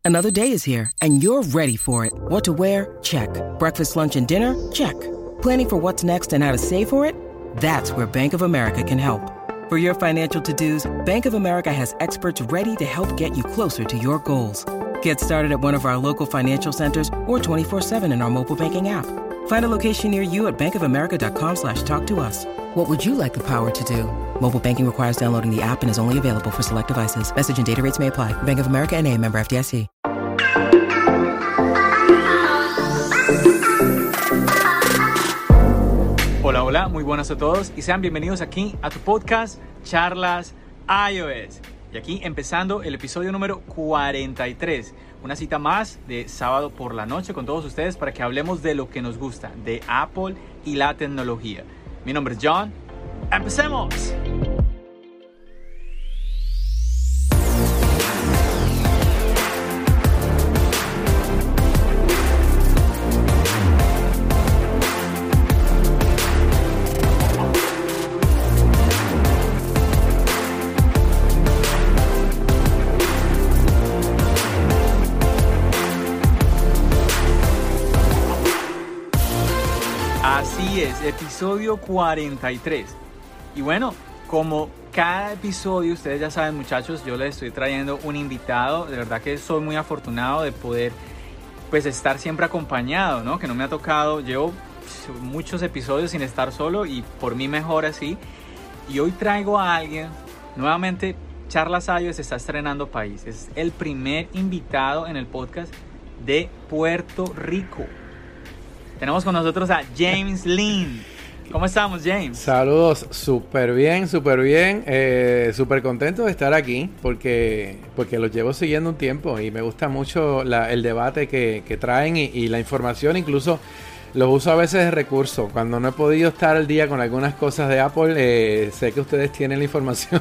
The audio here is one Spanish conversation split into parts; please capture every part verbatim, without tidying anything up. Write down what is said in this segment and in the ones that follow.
Another day is here, and you're ready for it. What to wear? Check. Breakfast, lunch, and dinner? Check. Planning for what's next and how to save for it? That's where Bank of America can help. For your financial to-dos, Bank of America has experts ready to help get you closer to your goals. Get started at one of our local financial centers or twenty-four seven in our mobile banking app. Find a location near you at bankofamerica.com slash talk to us. What would you like the power to do? Mobile banking requires downloading the app and is only available for select devices. Message and data rates may apply. Bank of America N A, member F D I C. Hola, hola, muy buenas a todos y sean bienvenidos aquí a tu podcast Charlas iOS. Y aquí empezando el episodio número cuarenta y tres, una cita más de sábado por la noche con todos ustedes para que hablemos de lo que nos gusta, de Apple y la tecnología. Mi nombre es John. ¡Empecemos! Así es, episodio cuarenta y tres. Y bueno, como cada episodio, ustedes ya saben, muchachos, yo les estoy trayendo un invitado. De verdad que soy muy afortunado de poder pues estar siempre acompañado, ¿no? Que no me ha tocado, llevo muchos episodios sin estar solo y por mí mejor así. Y hoy traigo a alguien, nuevamente Charlas iOS está estrenando país. Es el primer invitado en el podcast de Puerto Rico. Tenemos con nosotros a James Lin. ¿Cómo estamos, James? Saludos, súper bien, súper bien. Eh, súper contento de estar aquí porque, porque los llevo siguiendo un tiempo y me gusta mucho la, el debate que, que traen y, y la información. Incluso los uso a veces de recurso. Cuando no he podido estar al día con algunas cosas de Apple, eh, sé que ustedes tienen la información.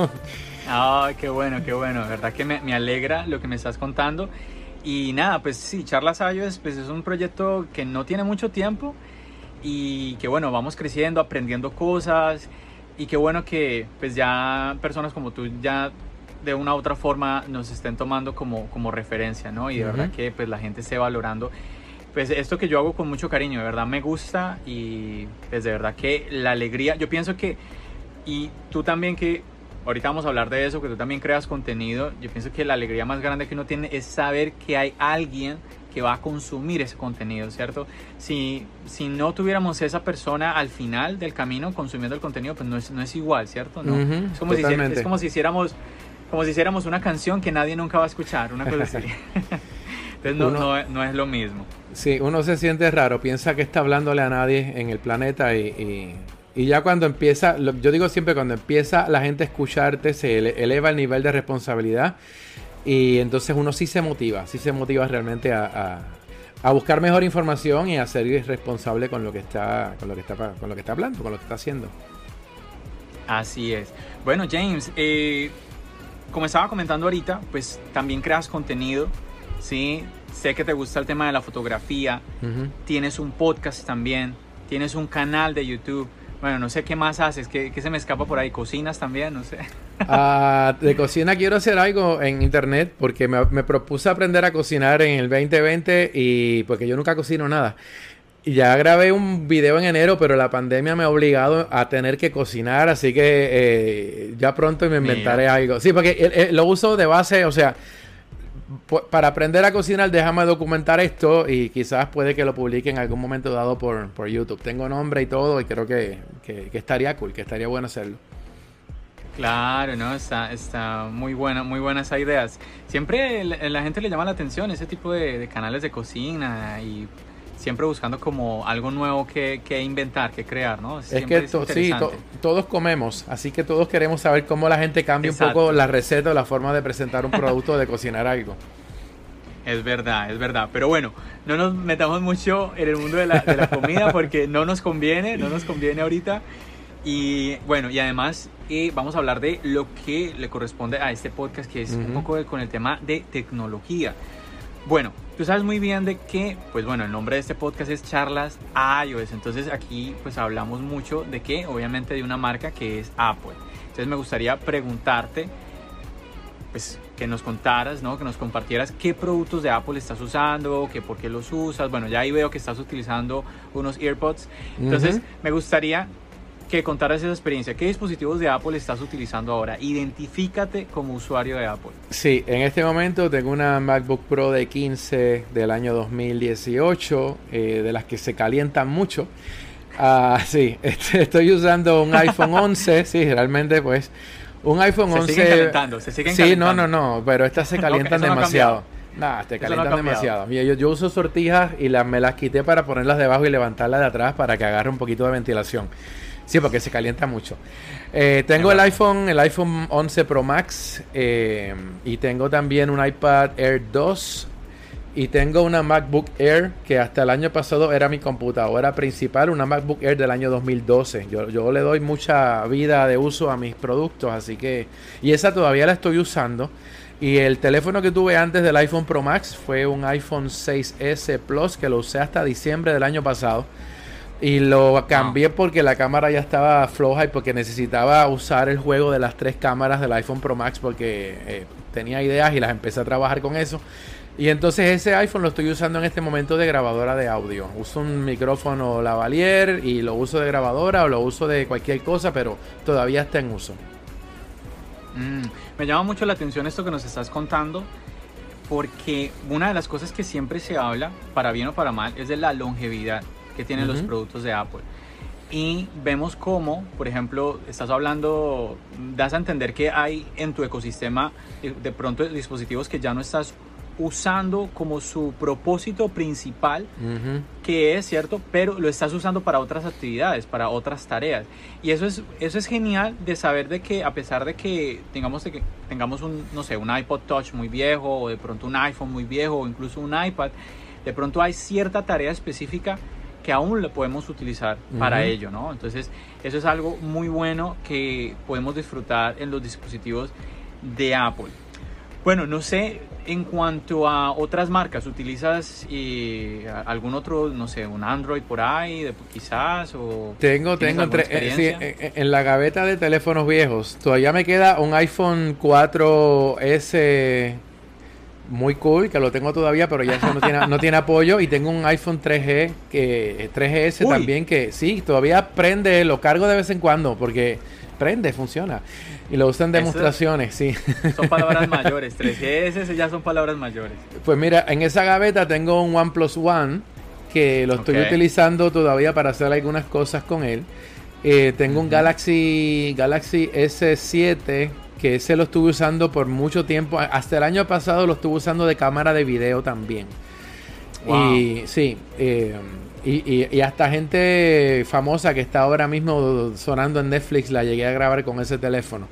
Ay, qué bueno, qué bueno. La verdad que me, me alegra lo que me estás contando. Y nada, pues sí, Charlas iOS pues es un proyecto que no tiene mucho tiempo y que bueno, vamos creciendo, aprendiendo cosas y qué bueno que pues ya personas como tú ya de una u otra forma nos estén tomando como, como referencia, ¿no? Y de uh-huh. verdad que pues la gente esté valorando pues esto que yo hago con mucho cariño, de verdad me gusta y pues de verdad que la alegría, yo pienso que, y tú también que ahorita vamos a hablar de eso, que tú también creas contenido. Yo pienso que la alegría más grande que uno tiene es saber que hay alguien que va a consumir ese contenido, ¿cierto? Si, si no tuviéramos esa persona al final del camino consumiendo el contenido, pues no es, no es igual, ¿cierto? ¿No? Uh-huh, es, como si, es como si hiciéramos como si hiciéramos una canción que nadie nunca va a escuchar, una cosa así. Entonces no, uno, no, no es lo mismo. Sí, uno se siente raro, piensa que está hablándole a nadie en el planeta y... y... Y ya cuando empieza, yo digo siempre, cuando empieza la gente a escucharte, se eleva el nivel de responsabilidad y entonces uno sí se motiva, sí se motiva realmente a, a, a buscar mejor información y a ser responsable con lo que está, con lo que está, con lo que está hablando, con lo que está haciendo. Así es. Bueno, James, eh, como estaba comentando ahorita, pues también creas contenido, ¿sí? Sé que te gusta el tema de la fotografía, uh-huh. Tienes un podcast también, tienes un canal de YouTube. Bueno, no sé qué más haces, ¿Qué, qué se me escapa por ahí? ¿Cocinas también? No sé. Uh, de cocina quiero hacer algo en internet porque me, me propuse aprender a cocinar en el veinte veinte y porque yo nunca cocino nada. Y ya grabé un video en enero, pero la pandemia me ha obligado a tener que cocinar, así que eh, ya pronto me inventaré Mira. algo. Sí, porque eh, eh, lo uso de base, o sea... Para aprender a cocinar, déjame documentar esto y quizás puede que lo publique en algún momento dado por, por YouTube. Tengo nombre y todo y creo que, que, que estaría cool, que estaría bueno hacerlo. Claro, no, está, está muy buena, muy buenas ideas. Siempre la, la gente le llama la atención ese tipo de, de canales de cocina y siempre buscando como algo nuevo que, que inventar, que crear, ¿no? Siempre es que to, sí, to, todos comemos, así que todos queremos saber cómo la gente cambia Exacto. un poco la receta o la forma de presentar un producto, de cocinar algo. Es verdad, es verdad. Pero bueno, no nos metamos mucho en el mundo de la, de la comida porque no nos conviene, no nos conviene ahorita. Y bueno, y además eh, vamos a hablar de lo que le corresponde a este podcast, que es uh-huh. un poco de, con el tema de tecnología. Bueno, tú sabes muy bien de que, pues bueno, el nombre de este podcast es Charlas iOS. Entonces aquí pues hablamos mucho de que, obviamente, de una marca que es Apple. Entonces me gustaría preguntarte, pues, ¿qué que nos contaras, ¿no? Que nos compartieras qué productos de Apple estás usando, que por qué los usas. Bueno, ya ahí veo que estás utilizando unos AirPods. Entonces, uh-huh. me gustaría que contaras esa experiencia. ¿Qué dispositivos de Apple estás utilizando ahora? Identifícate como usuario de Apple. Sí, en este momento tengo una MacBook Pro de quince del año dos mil dieciocho, eh, de las que se calientan mucho. Ah, sí, estoy usando un iPhone once, sí, realmente pues un iPhone se once. Se siguen calentando, se siguen sí, calentando. no, no, no, pero estas se calientan okay, demasiado. No Nah, te calientan no demasiado. Mira, yo, yo uso sortijas y las, me las quité para ponerlas debajo y levantarlas de atrás para que agarre un poquito de ventilación. Sí, porque se calienta mucho. Eh, tengo el iPhone, el iPhone once Pro Max eh, y tengo también un iPad Air dos y tengo una MacBook Air que hasta el año pasado era mi computadora principal, una MacBook Air del año dos mil doce. Yo, yo le doy mucha vida de uso a mis productos, así que... Y esa todavía la estoy usando. Y el teléfono que tuve antes del iPhone Pro Max fue un iPhone seis ese Plus que lo usé hasta diciembre del año pasado. Y lo cambié porque la cámara ya estaba floja y porque necesitaba usar el juego de las tres cámaras del iPhone Pro Max porque eh, tenía ideas y las empecé a trabajar con eso. Y entonces ese iPhone lo estoy usando en este momento de grabadora de audio. Uso un micrófono lavalier y lo uso de grabadora o lo uso de cualquier cosa, pero todavía está en uso. Mm, me llama mucho la atención esto que nos estás contando, porque una de las cosas que siempre se habla, para bien o para mal, es de la longevidad que tienen uh-huh. los productos de Apple. Y vemos cómo, por ejemplo, estás hablando, das a entender que hay en tu ecosistema de pronto dispositivos que ya no estás usando como su propósito principal, uh-huh. que es cierto, pero lo estás usando para otras actividades, para otras tareas. Y eso es, eso es genial de saber de que a pesar de que tengamos, de que tengamos un, no sé, un iPod Touch muy viejo, o de pronto un iPhone muy viejo, o incluso un iPad, de pronto hay cierta tarea específica que aún lo podemos utilizar uh-huh. para ello, ¿no? Entonces, eso es algo muy bueno que podemos disfrutar en los dispositivos de Apple. Bueno, no sé, en cuanto a otras marcas, ¿utilizas eh, algún otro, no sé, un Android por ahí, de, quizás? O tengo, tengo, entre, eh, sí, en, en la gaveta de teléfonos viejos, todavía me queda un iPhone cuatro ese... muy cool, que lo tengo todavía, pero ya no tiene, no tiene apoyo. Y tengo un iPhone tres G, que tres G S también, que sí, todavía prende, lo cargo de vez en cuando, porque prende, funciona. Y lo uso en demostraciones, sí. Son palabras mayores, tres G S ya son palabras mayores. Pues mira, en esa gaveta tengo un OnePlus One, que lo estoy okay. utilizando todavía para hacer algunas cosas con él. Eh, tengo uh-huh. un Galaxy, Galaxy S siete, que ese lo estuve usando por mucho tiempo. Hasta el año pasado lo estuve usando de cámara de video también. Wow. Y sí, eh, y, y, y hasta gente famosa que está ahora mismo sonando en Netflix la llegué a grabar con ese teléfono.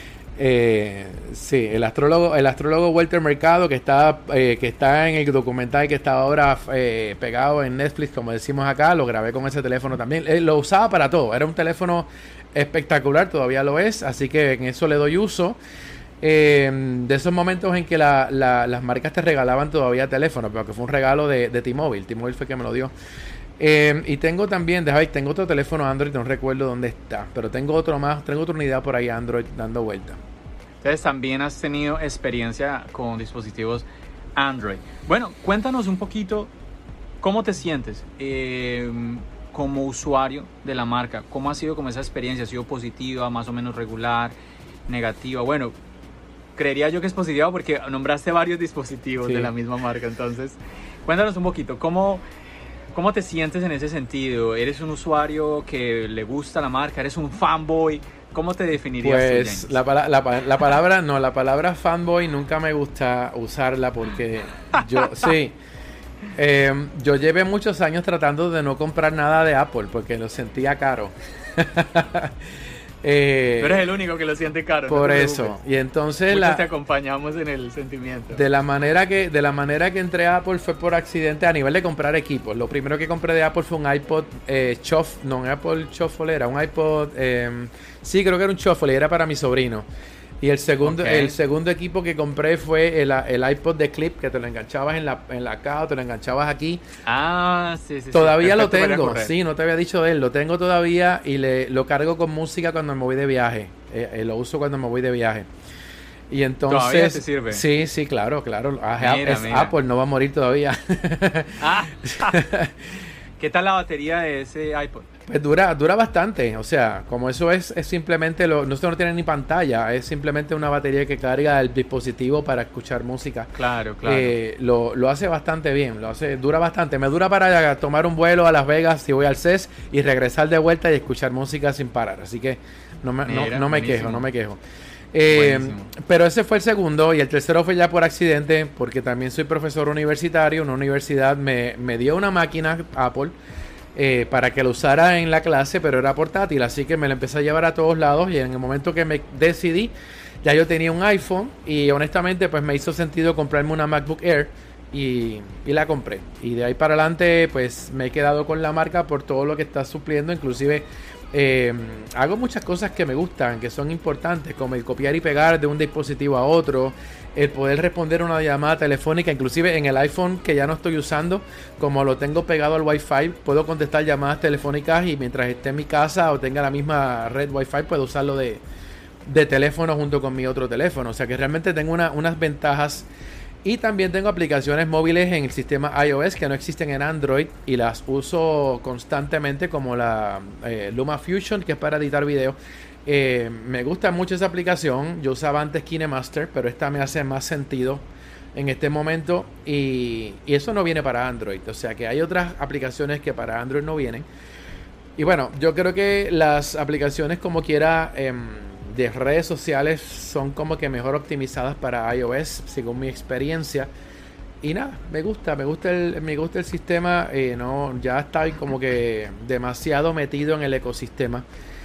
Eh, sí, el astrólogo, el astrólogo Walter Mercado, que está, eh, que está en el documental que está ahora eh, pegado en Netflix, como decimos acá, lo grabé con ese teléfono también. Eh, lo usaba para todo, era un teléfono espectacular, todavía lo es, así que en eso le doy uso. Eh, de esos momentos en que la, la, las marcas te regalaban todavía teléfonos, porque fue un regalo de, de T-Mobile. T-Mobile fue quien me lo dio. Eh, y tengo también, déjame ver, tengo otro teléfono Android, no recuerdo dónde está, pero tengo otro más, tengo otra unidad por ahí Android dando vuelta. Entonces también has tenido experiencia con dispositivos Android. Bueno, cuéntanos un poquito cómo te sientes eh, como usuario de la marca. ¿Cómo ha sido como esa experiencia? ¿Ha sido positiva, más o menos regular, negativa? Bueno, creería yo que es positiva porque nombraste varios dispositivos sí. de la misma marca. Entonces, cuéntanos un poquito, ¿cómo, cómo te sientes en ese sentido? ¿Eres un usuario que le gusta la marca? ¿Eres un fanboy? ¿Cómo te definirías pues, tú, la, la, la palabra, no, la palabra fanboy nunca me gusta usarla porque yo, sí, eh, yo llevé muchos años tratando de no comprar nada de Apple porque lo sentía caro. eh, Tú eres el único que lo siente caro. Por no eso, y entonces Muchos la, te acompañamos en el sentimiento. De la manera que, de la manera que entré a Apple fue por accidente a nivel de comprar equipos. Lo primero que compré de Apple fue un iPod eh, Shuffle, no, un Apple Shuffle era, un iPod... Eh, Sí, creo que era un Shuffle y era para mi sobrino. Y el segundo, okay. el segundo equipo que compré fue el, el iPod de clip, que te lo enganchabas en la, en la acá o te lo enganchabas aquí. Ah, sí, sí. Todavía sí. lo tengo, sí, no te había dicho de él. Lo tengo todavía y le, lo cargo con música cuando me voy de viaje. Eh, eh, lo uso cuando me voy de viaje. Y entonces... ¿Todavía te sirve? Sí, sí, claro, claro. Ah, Mira, es mira. Apple, no va a morir todavía. Ah, ¿qué tal la batería de ese iPod? Pues dura, dura bastante, o sea, como eso es, es simplemente, lo, no, no tiene ni pantalla, es simplemente una batería que carga el dispositivo para escuchar música. Claro, claro. Eh, lo, lo hace bastante bien, lo hace, dura bastante. Me dura para tomar un vuelo a Las Vegas si voy al C E S y regresar de vuelta y escuchar música sin parar. Así que no me, Mira, no, no me buenísimo. quejo, no me quejo. Eh, Buenísimo. pero ese fue el segundo y el tercero fue ya por accidente porque también soy profesor universitario. Una universidad me, me dio una máquina Apple eh, para que lo usara en la clase, pero era portátil, así que me la empecé a llevar a todos lados y en el momento que me decidí ya yo tenía un iPhone y honestamente pues me hizo sentido comprarme una MacBook Air y, y la compré. Y de ahí para adelante pues me he quedado con la marca por todo lo que está supliendo, inclusive eh, hago muchas cosas que me gustan, que son importantes, como el copiar y pegar de un dispositivo a otro, el poder responder una llamada telefónica, inclusive en el iPhone que ya no estoy usando, como lo tengo pegado al Wi-Fi, puedo contestar llamadas telefónicas y mientras esté en mi casa o tenga la misma red Wi-Fi puedo usarlo de, de teléfono junto con mi otro teléfono, o sea que realmente tengo una, unas ventajas. Y también tengo aplicaciones móviles en el sistema iOS que no existen en Android y las uso constantemente, como la eh, LumaFusion, que es para editar video. Eh, me gusta mucho esa aplicación. Yo usaba antes KineMaster, pero esta me hace más sentido en este momento y, y eso no viene para Android. O sea que hay otras aplicaciones que para Android no vienen. Y bueno, yo creo que las aplicaciones como quiera... Eh, de redes sociales son como que mejor optimizadas para iOS según mi experiencia y nada, me gusta, me gusta el, me gusta el sistema, eh, no, ya estoy como que demasiado metido en el ecosistema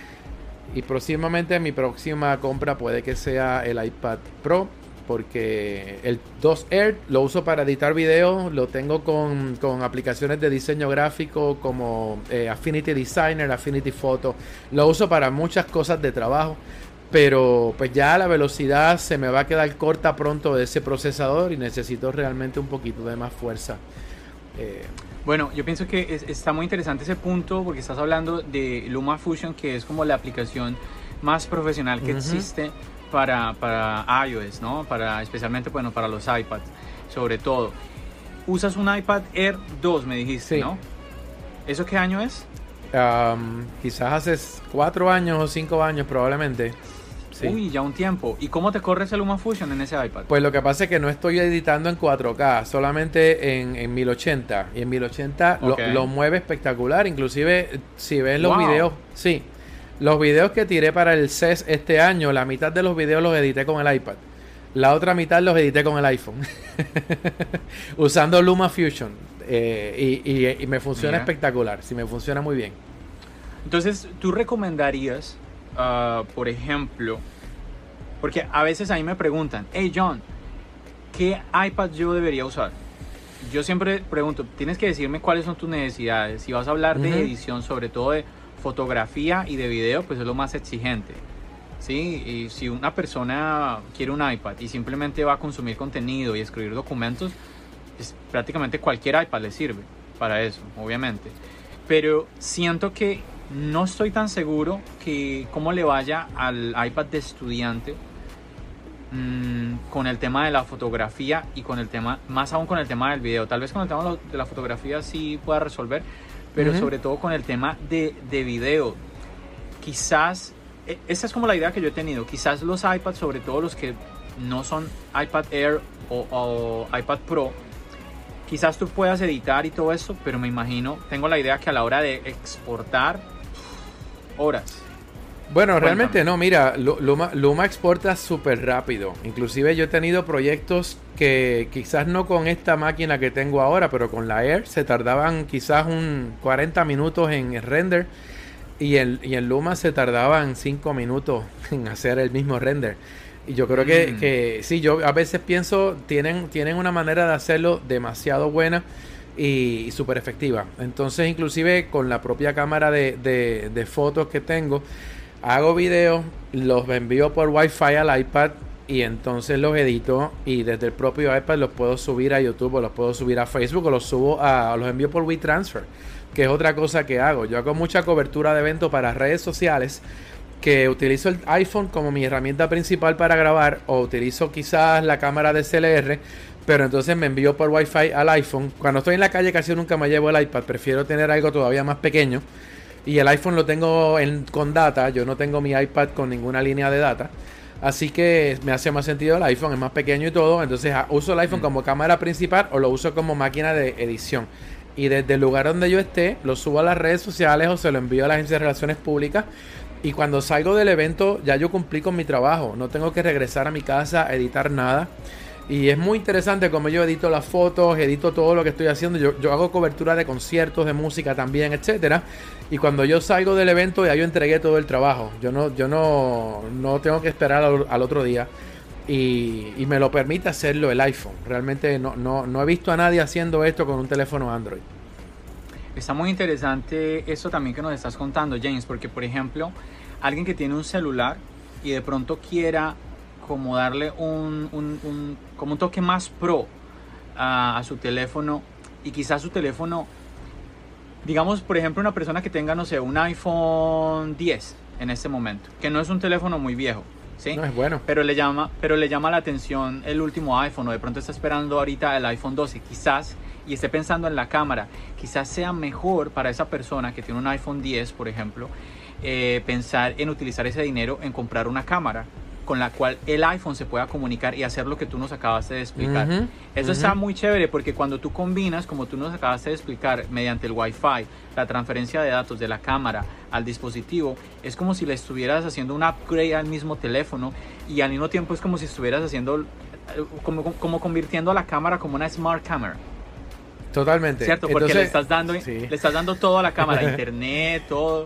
y próximamente mi próxima compra puede que sea el iPad Pro porque el dos Air lo uso para editar videos, lo tengo con, con aplicaciones de diseño gráfico como eh, Affinity Designer, Affinity Photo, lo uso para muchas cosas de trabajo. Pero pues ya la velocidad se me va a quedar corta pronto de ese procesador y necesito realmente un poquito de más fuerza. Eh, Bueno, yo pienso que es, está muy interesante ese punto porque estás hablando de LumaFusion, que es como la aplicación más profesional que uh-huh. existe para, para iOS, ¿no? Para, especialmente bueno, para los iPads, sobre todo. Usas un iPad Air dos, me dijiste, sí. ¿no? ¿Eso qué año es? Um, quizás hace cuatro años o cinco años probablemente. Sí. Uy, ya un tiempo. ¿Y cómo te corre ese LumaFusion en ese iPad? Pues lo que pasa es que no estoy editando en cuatro K, solamente en, en mil ochenta. Y en mil ochenta okay. lo, lo mueve espectacular. Inclusive, si ves los wow. videos, sí, los videos que tiré para el C E S este año, la mitad de los videos los edité con el iPad. La otra mitad los edité con el iPhone. Usando LumaFusion. Eh, y, y, y me funciona Mira. espectacular. Sí, me funciona muy bien. Entonces, ¿tú recomendarías, uh, por ejemplo, porque a veces a mí me preguntan, hey John, ¿qué iPad yo debería usar? Yo siempre pregunto, tienes que decirme cuáles son tus necesidades. Si vas a hablar uh-huh. de edición, sobre todo de fotografía y de video, pues es lo más exigente. ¿Sí? Y si una persona quiere un iPad y simplemente va a consumir contenido y escribir documentos, pues prácticamente cualquier iPad le sirve para eso, obviamente. Pero siento que no estoy tan seguro que cómo le vaya al iPad de estudiante mmm, con el tema de la fotografía y con el tema, más aún con el tema del video. Tal vez con el tema de la fotografía sí pueda resolver, pero uh-huh. sobre todo con el tema de, de video. Quizás, esa es como la idea que yo he tenido, quizás los iPads, sobre todo los que no son iPad Air o, o iPad Pro, quizás tú puedas editar y todo eso, pero me imagino, tengo la idea que a la hora de exportar, horas. Bueno, Cuéntame. realmente no, mira, Luma, Luma exporta súper rápido. Inclusive yo he tenido proyectos que quizás no con esta máquina que tengo ahora, pero con la Air se tardaban quizás un cuarenta minutos en el render y en, y en Luma se tardaban cinco minutos en hacer el mismo render. Y yo creo que, mm. que sí, yo a veces pienso, tienen, tienen una manera de hacerlo demasiado buena y, y súper efectiva. Entonces, inclusive con la propia cámara de, de, de fotos que tengo, hago videos, los envío por Wi-Fi al iPad y entonces los edito y desde el propio iPad los puedo subir a YouTube o los puedo subir a Facebook o los subo a, los envío por WeTransfer, que es otra cosa que hago. Yo hago mucha cobertura de eventos para redes sociales que utilizo el iPhone como mi herramienta principal para grabar, o utilizo quizás la cámara de C L R, pero entonces me envío por Wi-Fi al iPhone. Cuando estoy en la calle casi nunca me llevo el iPad, prefiero tener algo todavía más pequeño, y el iPhone lo tengo en, con data. Yo no tengo mi iPad con ninguna línea de data, así que me hace más sentido el iPhone, es más pequeño y todo. Entonces uso el iPhone mm. como cámara principal, o lo uso como máquina de edición, y desde el lugar donde yo esté lo subo a las redes sociales o se lo envío a la agencia de relaciones públicas. Y cuando salgo del evento ya yo cumplí con mi trabajo, no tengo que regresar a mi casa a editar nada. Y es muy interesante como yo edito las fotos, edito todo lo que estoy haciendo. Yo, yo hago cobertura de conciertos, de música también, etcétera. Y cuando yo salgo del evento ya yo entregué todo el trabajo. Yo no, yo no, no tengo que esperar al, al otro día. Y, y me lo permite hacerlo el iPhone. Realmente no, no, no he visto a nadie haciendo esto con un teléfono Android. Está muy interesante eso también que nos estás contando, James, porque por ejemplo, alguien que tiene un celular y de pronto quiera como darle un, un, un, como un toque más pro a, a su teléfono, y quizás su teléfono, digamos por ejemplo una persona que tenga, no sé, un iPhone diez en este momento, que no es un teléfono muy viejo, ¿sí? No es bueno. Pero le llama, pero le llama la atención el último iPhone, o de pronto está esperando ahorita el iPhone doce, quizás, y esté pensando en la cámara, quizás sea mejor para esa persona que tiene un iPhone diez, por ejemplo, eh, pensar en utilizar ese dinero en comprar una cámara con la cual el iPhone se pueda comunicar y hacer lo que tú nos acabaste de explicar. Uh-huh, Eso uh-huh. está muy chévere, porque cuando tú combinas, como tú nos acabaste de explicar, mediante el Wi-Fi, la transferencia de datos de la cámara al dispositivo, es como si le estuvieras haciendo un upgrade al mismo teléfono, y al mismo tiempo es como si estuvieras haciendo, como, como convirtiendo a la cámara como una smart camera. Totalmente. Cierto, porque Entonces, le estás dando, sí. le estás dando todo a la cámara, internet, todo.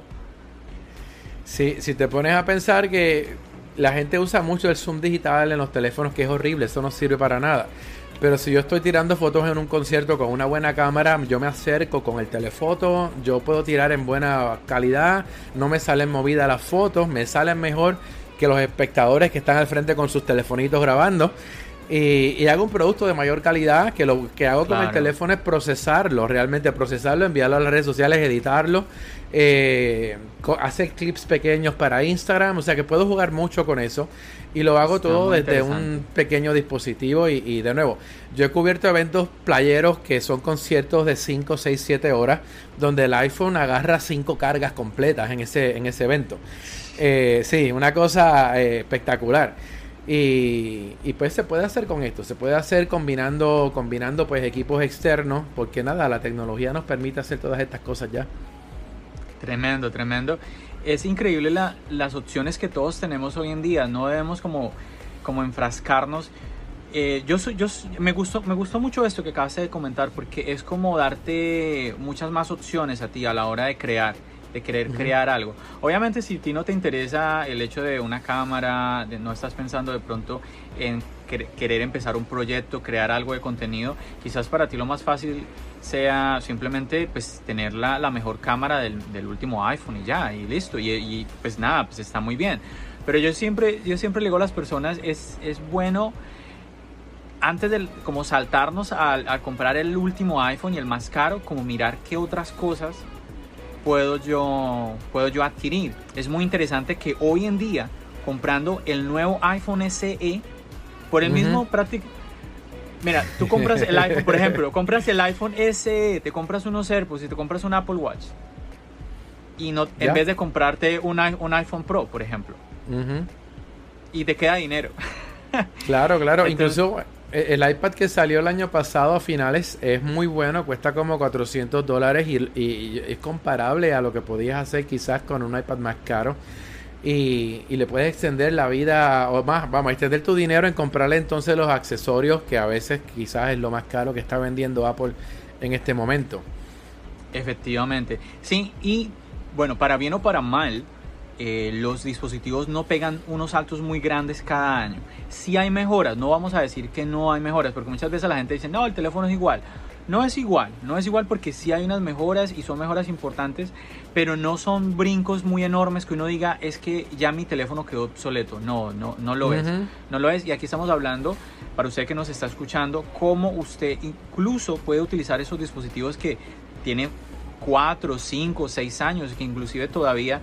Sí, si te pones a pensar que la gente usa mucho el zoom digital en los teléfonos, que es horrible, eso no sirve para nada. Pero si yo estoy tirando fotos en un concierto con una buena cámara, yo me acerco con el telefoto, yo puedo tirar en buena calidad, no me salen movidas las fotos, me salen mejor que los espectadores que están al frente con sus telefonitos grabando. Y, y hago un producto de mayor calidad, que lo que hago claro. con el teléfono es procesarlo, realmente procesarlo, enviarlo a las redes sociales, editarlo, eh, hacer clips pequeños para Instagram, o sea que puedo jugar mucho con eso, y lo hago Está todo desde un pequeño dispositivo. Y, y de nuevo, yo he cubierto eventos playeros que son conciertos de cinco, seis, siete horas, donde el iPhone agarra cinco cargas completas en ese, en ese evento. Eh, sí, una cosa eh, espectacular. Y, y pues se puede hacer con esto, se puede hacer combinando combinando pues equipos externos, porque nada, la tecnología nos permite hacer todas estas cosas ya. Tremendo, tremendo. Es increíble la, las opciones que todos tenemos hoy en día. No debemos como, como enfrascarnos. Eh, yo soy, yo me gustó, me gustó mucho esto que acabas de comentar, porque es como darte muchas más opciones a ti a la hora de crear. De querer uh-huh. crear algo. Obviamente, si a ti no te interesa el hecho de una cámara, de, no estás pensando de pronto en quer- querer empezar un proyecto, crear algo de contenido, quizás para ti lo más fácil sea simplemente pues tener la, la mejor cámara del, del último iPhone y ya, y listo, y, y pues nada, pues está muy bien. Pero yo siempre, yo siempre le digo a las personas, es, es bueno antes de como saltarnos al, al comprar el último iPhone y el más caro, como mirar qué otras cosas puedo yo, puedo yo adquirir. Es muy interesante que hoy en día, comprando el nuevo iPhone S E, por el uh-huh. mismo práctico, mira, tú compras el iPhone, por ejemplo, compras el iPhone S E, te compras unos AirPods y te compras un Apple Watch, y no, en vez de comprarte un, un iPhone Pro, por ejemplo, uh-huh. y te queda dinero. Claro, claro. Entonces, incluso el iPad que salió el año pasado a finales es muy bueno, cuesta como cuatrocientos dólares y, y, y es comparable a lo que podías hacer quizás con un iPad más caro, y, y le puedes extender la vida, o más, vamos a extender tu dinero en comprarle entonces los accesorios, que a veces quizás es lo más caro que está vendiendo Apple en este momento. Efectivamente, sí, y bueno, para bien o para mal, Eh, los dispositivos no pegan unos saltos muy grandes cada año. Sí hay mejoras, no vamos a decir que no hay mejoras, porque muchas veces la gente dice, no, el teléfono es igual. No es igual, no es igual, porque sí hay unas mejoras y son mejoras importantes, pero no son brincos muy enormes que uno diga, es que ya mi teléfono quedó obsoleto. No, no, no lo uh-huh. es, no lo es. Y aquí estamos hablando, para usted que nos está escuchando, cómo usted incluso puede utilizar esos dispositivos que tienen cuatro, cinco, seis años, que inclusive todavía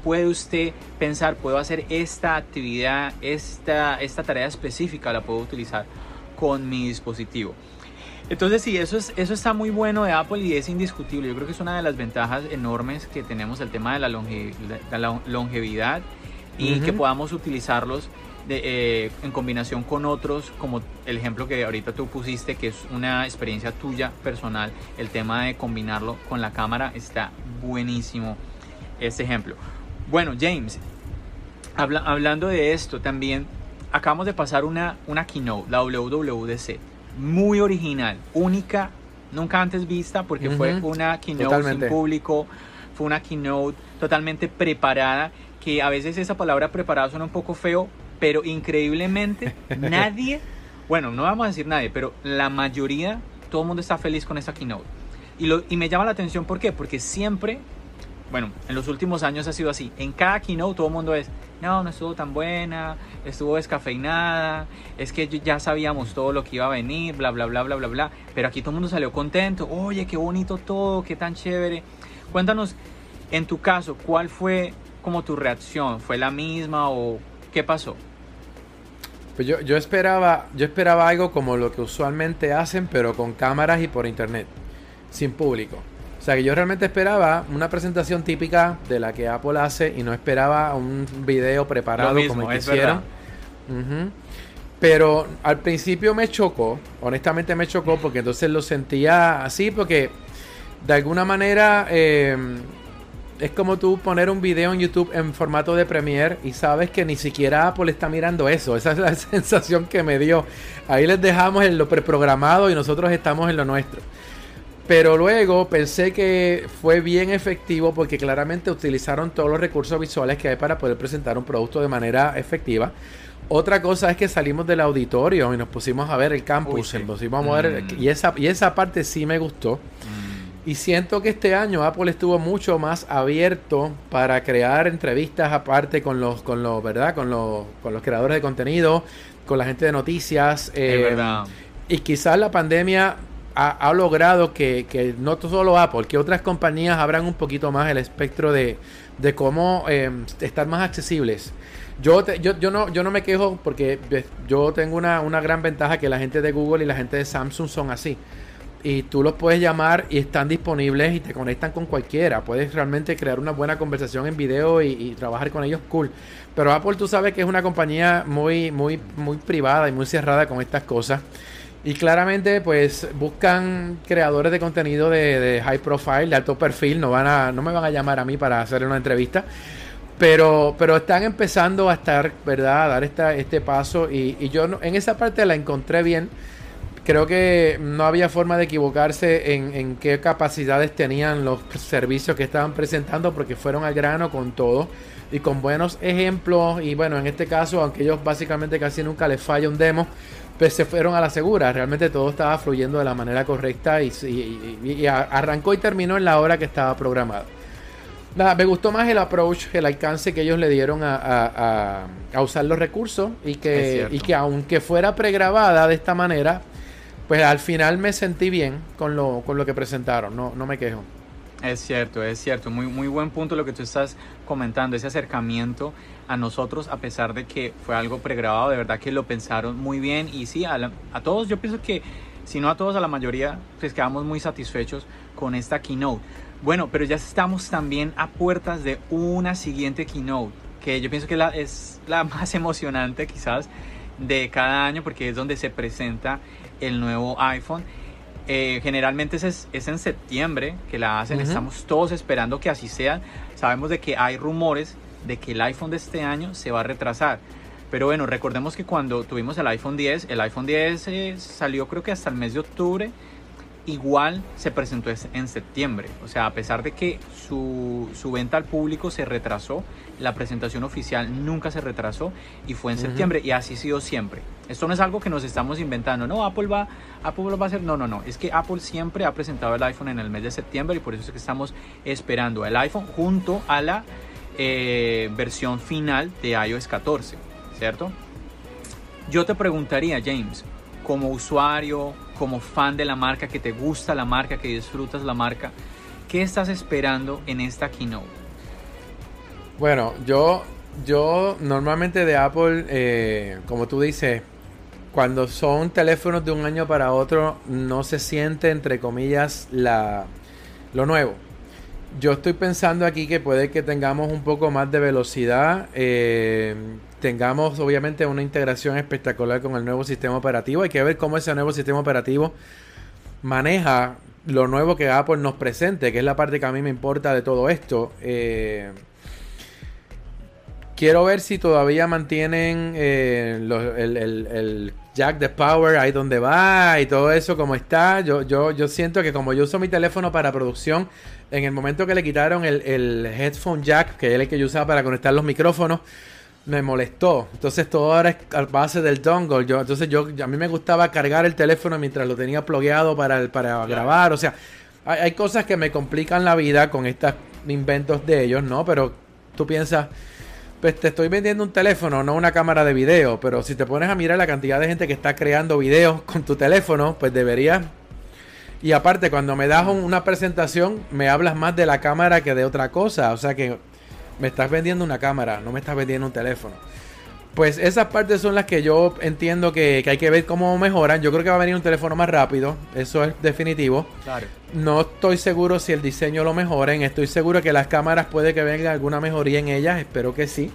puede usted pensar, puedo hacer esta actividad, esta, esta tarea específica la puedo utilizar con mi dispositivo. Entonces sí, eso, es, eso está muy bueno de Apple y es indiscutible. Yo creo que es una de las ventajas enormes que tenemos, el tema de la, longe, de la longevidad y uh-huh. que podamos utilizarlos de, eh, en combinación con otros, como el ejemplo que ahorita tú pusiste, que es una experiencia tuya personal. El tema de combinarlo con la cámara está buenísimo, este ejemplo. Bueno, James, habla, hablando de esto también, acabamos de pasar una, una keynote, la W W D C. Muy original, única, nunca antes vista, porque uh-huh. fue una keynote Totalmente. sin público, fue una keynote totalmente preparada, que a veces esa palabra preparada suena un poco feo, pero increíblemente nadie, bueno, no vamos a decir nadie, pero la mayoría, todo el mundo está feliz con esta keynote. Y, lo, y me llama la atención, ¿por qué? Porque siempre, bueno, en los últimos años ha sido así, en cada keynote todo el mundo es, no, no estuvo tan buena, estuvo descafeinada, es que ya sabíamos todo lo que iba a venir, bla, bla, bla, bla, bla, bla. Pero aquí todo el mundo salió contento, oye, qué bonito todo, qué tan chévere. Cuéntanos, en tu caso, ¿cuál fue como tu reacción? ¿Fue la misma o qué pasó? Pues yo, yo esperaba, yo esperaba algo como lo que usualmente hacen, pero con cámaras y por internet, sin público. O sea que yo realmente esperaba una presentación típica de la que Apple hace y no esperaba un video preparado mismo, como el que hicieron. Uh-huh. Pero al principio me chocó, honestamente me chocó, porque entonces lo sentía así, porque de alguna manera eh, es como tú poner un video en YouTube en formato de Premiere y sabes que ni siquiera Apple está mirando eso. Esa es la sensación que me dio. Ahí les dejamos en lo preprogramado y nosotros estamos en lo nuestro. Pero luego pensé que fue bien efectivo porque claramente utilizaron todos los recursos visuales que hay para poder presentar un producto de manera efectiva. Otra cosa es que salimos del auditorio y nos pusimos a ver el campus. Uy, sí. Nos pusimos a mover, mm. y, esa, y esa parte sí me gustó. Mm. Y siento que este año Apple estuvo mucho más abierto para crear entrevistas aparte con los, con los, ¿verdad? Con los, con los creadores de contenido, con la gente de noticias. Eh, es verdad. Y quizás la pandemia Ha, ha logrado que, que no solo Apple, que otras compañías abran un poquito más el espectro de, de cómo eh, estar más accesibles. Yo, te, yo, yo, no, yo no me quejo porque yo tengo una, una gran ventaja, que la gente de Google y la gente de Samsung son así. Y tú los puedes llamar y están disponibles y te conectan con cualquiera. Puedes realmente crear una buena conversación en video y, y trabajar con ellos, cool. Pero Apple, tú sabes que es una compañía muy, muy, muy privada y muy cerrada con estas cosas. Y claramente pues buscan creadores de contenido de, de high profile, de alto perfil. No van a, no me van a llamar a mí para hacer una entrevista. Pero, pero están empezando a estar, ¿verdad? A dar esta, este paso. Y, y yo no, en esa parte la encontré bien. Creo que no había forma de equivocarse en, en qué capacidades tenían los servicios que estaban presentando, porque fueron al grano con todo y con buenos ejemplos. Y bueno, en este caso, aunque ellos básicamente casi nunca les falla un demo, pues se fueron a la segura. Realmente todo estaba fluyendo de la manera correcta y, y, y, y arrancó y terminó en la hora que estaba programada. Nada, me gustó más el approach, el alcance que ellos le dieron a, a, a, a usar los recursos, y que, y que aunque fuera pregrabada de esta manera, pues al final me sentí bien con lo, con lo que presentaron. No, no me quejo. Es cierto, es cierto. Muy, muy buen punto lo que tú estás comentando, ese acercamiento a nosotros, a pesar de que fue algo pregrabado. De verdad que lo pensaron muy bien. Y sí, a, la, a todos, yo pienso que, si no a todos, a la mayoría, pues quedamos muy satisfechos con esta keynote. Bueno, pero ya estamos también a puertas de una siguiente keynote, que yo pienso que la, es la más emocionante quizás de cada año, porque es donde se presenta el nuevo iPhone. Eh, generalmente es, es en septiembre que la hacen. Uh-huh. Estamos todos esperando que así sea. Sabemos de que hay rumores de que el iPhone de este año se va a retrasar, pero bueno, recordemos que cuando tuvimos el iPhone diez, el iPhone diez eh, salió creo que hasta el mes de octubre. Igual se presentó en septiembre. O sea, a pesar de que su, su venta al público se retrasó, la presentación oficial nunca se retrasó y fue en uh-huh. septiembre, y así ha sido siempre. Esto no es algo que nos estamos inventando. No, Apple va, Apple lo va a hacer. No, no, no. Es que Apple siempre ha presentado el iPhone en el mes de septiembre, y por eso es que estamos esperando el iPhone junto a la eh, versión final de i O S catorce, ¿cierto? Yo te preguntaría, James, como usuario, como fan de la marca, que te gusta la marca, que disfrutas la marca, ¿qué estás esperando en esta keynote? Bueno, yo, yo normalmente de Apple, eh, como tú dices, cuando son teléfonos de un año para otro, no se siente, entre comillas, la, lo nuevo. Yo estoy pensando aquí que puede que tengamos un poco más de velocidad, eh, tengamos obviamente una integración espectacular con el nuevo sistema operativo. Hay que ver cómo ese nuevo sistema operativo maneja lo nuevo que Apple nos presente, que es la parte que a mí me importa de todo esto. Eh, quiero ver si todavía mantienen eh, los, el, el, el jack de power ahí donde va y todo eso como está. Yo, yo, yo siento que como yo uso mi teléfono para producción, en el momento que le quitaron el, el headphone jack, que es el que yo usaba para conectar los micrófonos, me molestó. Entonces todo ahora es a base del dongle. Yo, entonces yo, a mí me gustaba cargar el teléfono mientras lo tenía plugueado para, el, para claro. grabar. O sea, hay, hay cosas que me complican la vida con estos inventos de ellos, ¿no? Pero tú piensas, pues te estoy vendiendo un teléfono, no una cámara de video. Pero si te pones a mirar la cantidad de gente que está creando videos con tu teléfono, pues deberías. Y aparte, cuando me das un, una presentación, me hablas más de la cámara que de otra cosa. O sea que me estás vendiendo una cámara, no me estás vendiendo un teléfono. Pues esas partes son las que yo entiendo que, que hay que ver cómo mejoran. Yo creo que va a venir un teléfono más rápido, eso es definitivo. Claro. No estoy seguro si el diseño lo mejoren. Estoy seguro que las cámaras puede que venga alguna mejoría en ellas, espero que sí.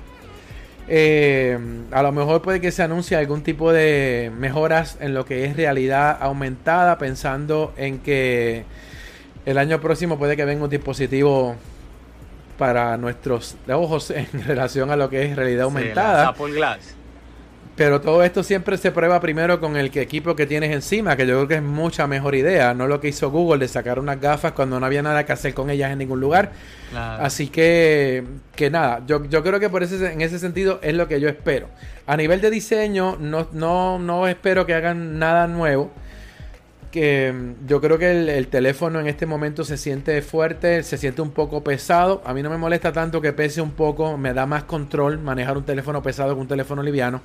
Eh, a lo mejor puede que se anuncie algún tipo de mejoras en lo que es realidad aumentada, pensando en que el año próximo puede que venga un dispositivo para nuestros ojos en relación a lo que es realidad aumentada. Sí, Apple Glass. Pero todo esto siempre se prueba primero con el equipo que tienes encima, que yo creo que es mucha mejor idea, no lo que hizo Google de sacar unas gafas cuando no había nada que hacer con ellas en ningún lugar. Claro. Así que, que nada, yo, yo creo que por ese, en ese sentido es lo que yo espero. A nivel de diseño, no, no, no espero que hagan nada nuevo. Que yo creo que el, el teléfono en este momento se siente fuerte, se siente un poco pesado. A mí no me molesta tanto que pese un poco, me da más control manejar un teléfono pesado que un teléfono liviano.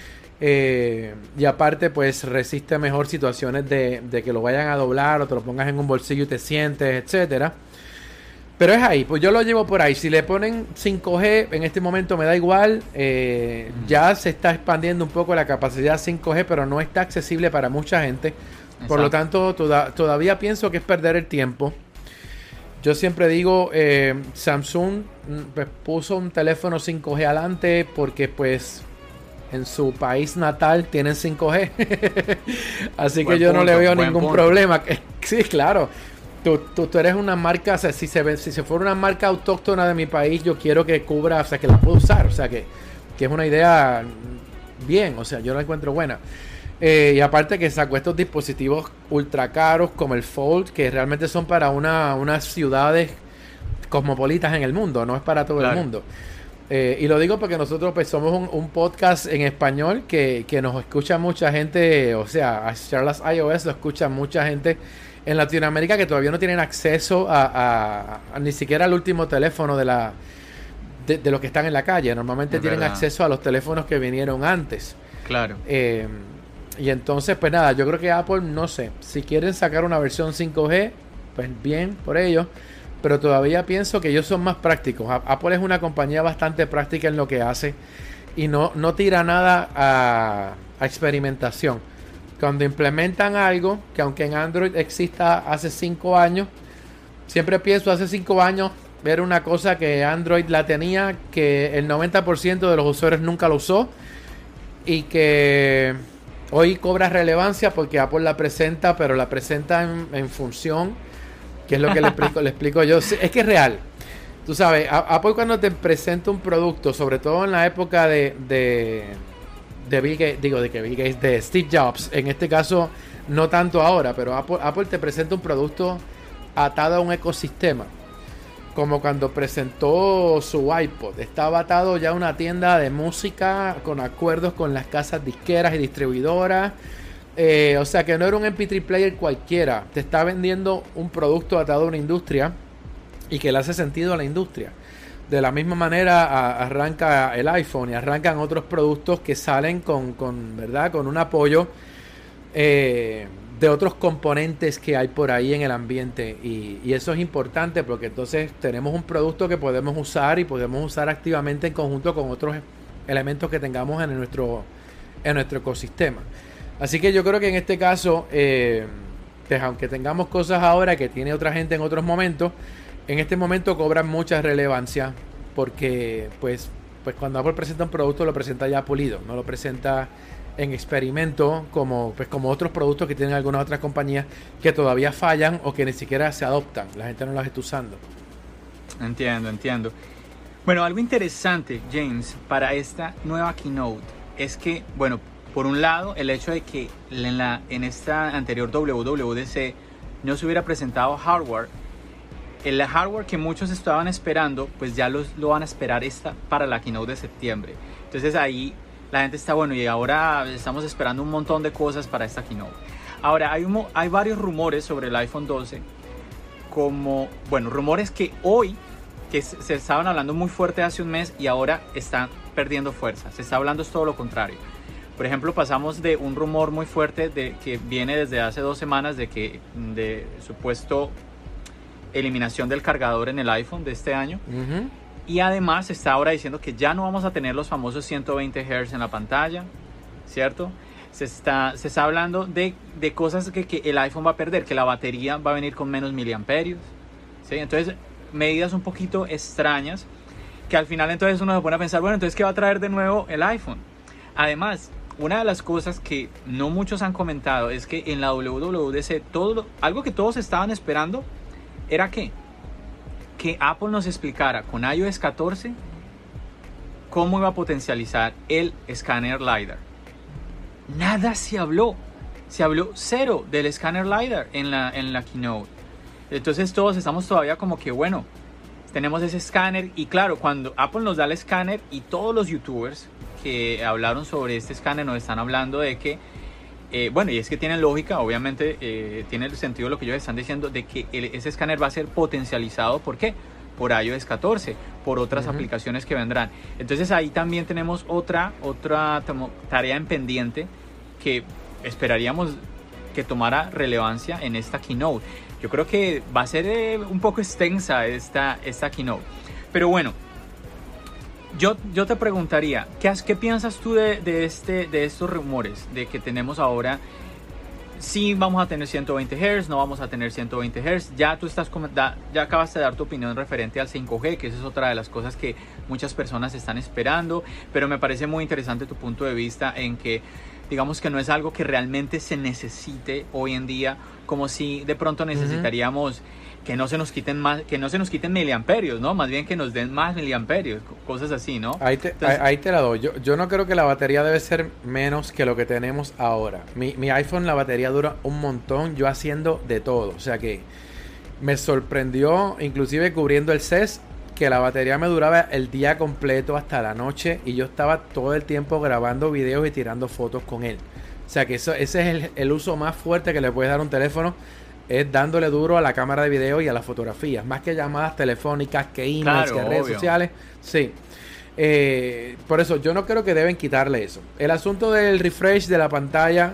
Eh, y aparte pues resiste mejor situaciones de, de que lo vayan a doblar o te lo pongas en un bolsillo y te sientes, etcétera. Pero es ahí, pues yo lo llevo por ahí. Si le ponen cinco G en este momento me da igual. eh, mm. Ya se está expandiendo un poco la capacidad cinco G, pero no está accesible para mucha gente. Exacto. Por lo tanto toda, todavía pienso que es perder el tiempo. Yo siempre digo, eh, Samsung pues, puso un teléfono cinco G adelante porque pues en su país natal tienen cinco G. Así buen que yo punto, no le veo ningún punto. problema. Sí, claro. Tú, tú, tú eres una marca, o sea, si se ve, si se fuera una marca autóctona de mi país, yo quiero que cubra, o sea, que la puedo usar. O sea, que, que es una idea bien, o sea, yo la encuentro buena. Eh, y aparte que sacó estos dispositivos ultra caros como el Fold, que realmente son para una, unas ciudades cosmopolitas en el mundo, no es para todo claro. el mundo. Eh, y lo digo porque nosotros pues somos un, un podcast en español que, que nos escucha mucha gente, o sea, a Charlas iOS lo escucha mucha gente en Latinoamérica que todavía no tienen acceso a, a, a ni siquiera al último teléfono de la de, de los que están en la calle. Normalmente es tienen verdad. acceso a los teléfonos que vinieron antes. Claro. Eh, y entonces, pues nada, yo creo que Apple, no sé, si quieren sacar una versión cinco G, pues bien por ellos. Pero todavía pienso que ellos son más prácticos. Apple es una compañía bastante práctica en lo que hace y no, no tira nada a, a experimentación. Cuando implementan algo, que aunque en Android exista hace cinco años, siempre pienso hace cinco años era una cosa que Android la tenía, que el noventa por ciento de los usuarios nunca lo usó y que hoy cobra relevancia porque Apple la presenta, pero la presenta en, en función, que es lo que le explico, le explico yo. Es que es real. Tú sabes, Apple cuando te presenta un producto, sobre todo en la época de, de, de Bill Gates, digo de que Bill Gates, de Steve Jobs, en este caso no tanto ahora, pero Apple, Apple te presenta un producto atado a un ecosistema. Como cuando presentó su iPod, estaba atado ya a una tienda de música con acuerdos con las casas disqueras y distribuidoras. Eh, o sea que no era un M P tres player cualquiera, te está vendiendo un producto atado a una industria y que le hace sentido a la industria. De la misma manera a, arranca el iPhone y arrancan otros productos que salen con, con ¿verdad? Con un apoyo eh, de otros componentes que hay por ahí en el ambiente y, y eso es importante porque entonces tenemos un producto que podemos usar y podemos usar activamente en conjunto con otros elementos que tengamos en nuestro, en nuestro ecosistema. Así que yo creo que en este caso, eh, pues aunque tengamos cosas ahora que tiene otra gente en otros momentos, en este momento cobran mucha relevancia porque pues, pues cuando Apple presenta un producto lo presenta ya pulido, no lo presenta en experimento como, pues como otros productos que tienen algunas otras compañías que todavía fallan o que ni siquiera se adoptan, la gente no las está usando. Entiendo, entiendo. Bueno, algo interesante, James, para esta nueva keynote es que, bueno, por un lado, el hecho de que en, la, en esta anterior W W D C no se hubiera presentado hardware, el hardware que muchos estaban esperando, pues ya los, lo van a esperar esta para la keynote de septiembre. Entonces ahí la gente está, bueno, y ahora estamos esperando un montón de cosas para esta keynote. Ahora, hay, un, hay varios rumores sobre el iPhone doce, como, bueno, rumores que hoy, que se, se estaban hablando muy fuerte hace un mes y ahora están perdiendo fuerza. Se está hablando es todo lo contrario. Por ejemplo, pasamos de un rumor muy fuerte de, que viene desde hace dos semanas de que de supuesto eliminación del cargador en el iPhone de este año. Uh-huh. Y además se está ahora diciendo que ya no vamos a tener los famosos ciento veinte hertz en la pantalla, ¿cierto? Se está, se está hablando de, de cosas que, que el iPhone va a perder, que la batería va a venir con menos miliamperios, ¿sí? Entonces, medidas un poquito extrañas, que al final entonces uno se pone a pensar, bueno, entonces ¿qué va a traer de nuevo el iPhone? Además, una de las cosas que no muchos han comentado es que en la W W D C, todo, algo que todos estaban esperando era que que Apple nos explicara con i O S catorce cómo iba a potencializar el escáner LiDAR. Nada se habló, se habló cero del escáner LiDAR en la, en la keynote. Entonces todos estamos todavía como que bueno, tenemos ese escáner y claro, cuando Apple nos da el escáner y todos los youtubers que hablaron sobre este escáner nos están hablando de que Eh, bueno, y es que tiene lógica, obviamente eh, tiene el sentido lo que ellos están diciendo de que el, ese escáner va a ser potencializado. ¿Por qué? Por i O S catorce, por otras uh-huh. aplicaciones que vendrán. Entonces ahí también tenemos otra, otra tarea en pendiente que esperaríamos que tomara relevancia en esta keynote. Yo creo que va a ser eh, un poco extensa esta, esta keynote. Pero bueno, Yo, yo te preguntaría, ¿qué, ¿qué piensas tú de, de, este, de estos rumores? De que tenemos ahora, sí vamos a tener ciento veinte hertz, no vamos a tener ciento veinte hertz. Ya tú estás, ya acabas de dar tu opinión referente al cinco G, que esa es otra de las cosas que muchas personas están esperando. Pero me parece muy interesante tu punto de vista en que, digamos que no es algo que realmente se necesite hoy en día, como si de pronto necesitaríamos... Uh-huh. que no se nos quiten más, que no se nos quiten miliamperios, ¿no? Más bien que nos den más miliamperios, cosas así, ¿no? Ahí te, Entonces, ahí te la doy. Yo, yo no creo que la batería debe ser menos que lo que tenemos ahora. Mi, mi iPhone, la batería dura un montón, yo haciendo de todo. O sea que me sorprendió, inclusive cubriendo el C E S, que la batería me duraba el día completo hasta la noche y yo estaba todo el tiempo grabando videos y tirando fotos con él. O sea que eso, ese es el, el uso más fuerte que le puedes dar a un teléfono, es dándole duro a la cámara de video y a las fotografías, más que llamadas telefónicas, que emails, claro, que redes obvio. sociales. Sí. Eh, por eso yo no creo que deben quitarle eso. El asunto del refresh de la pantalla,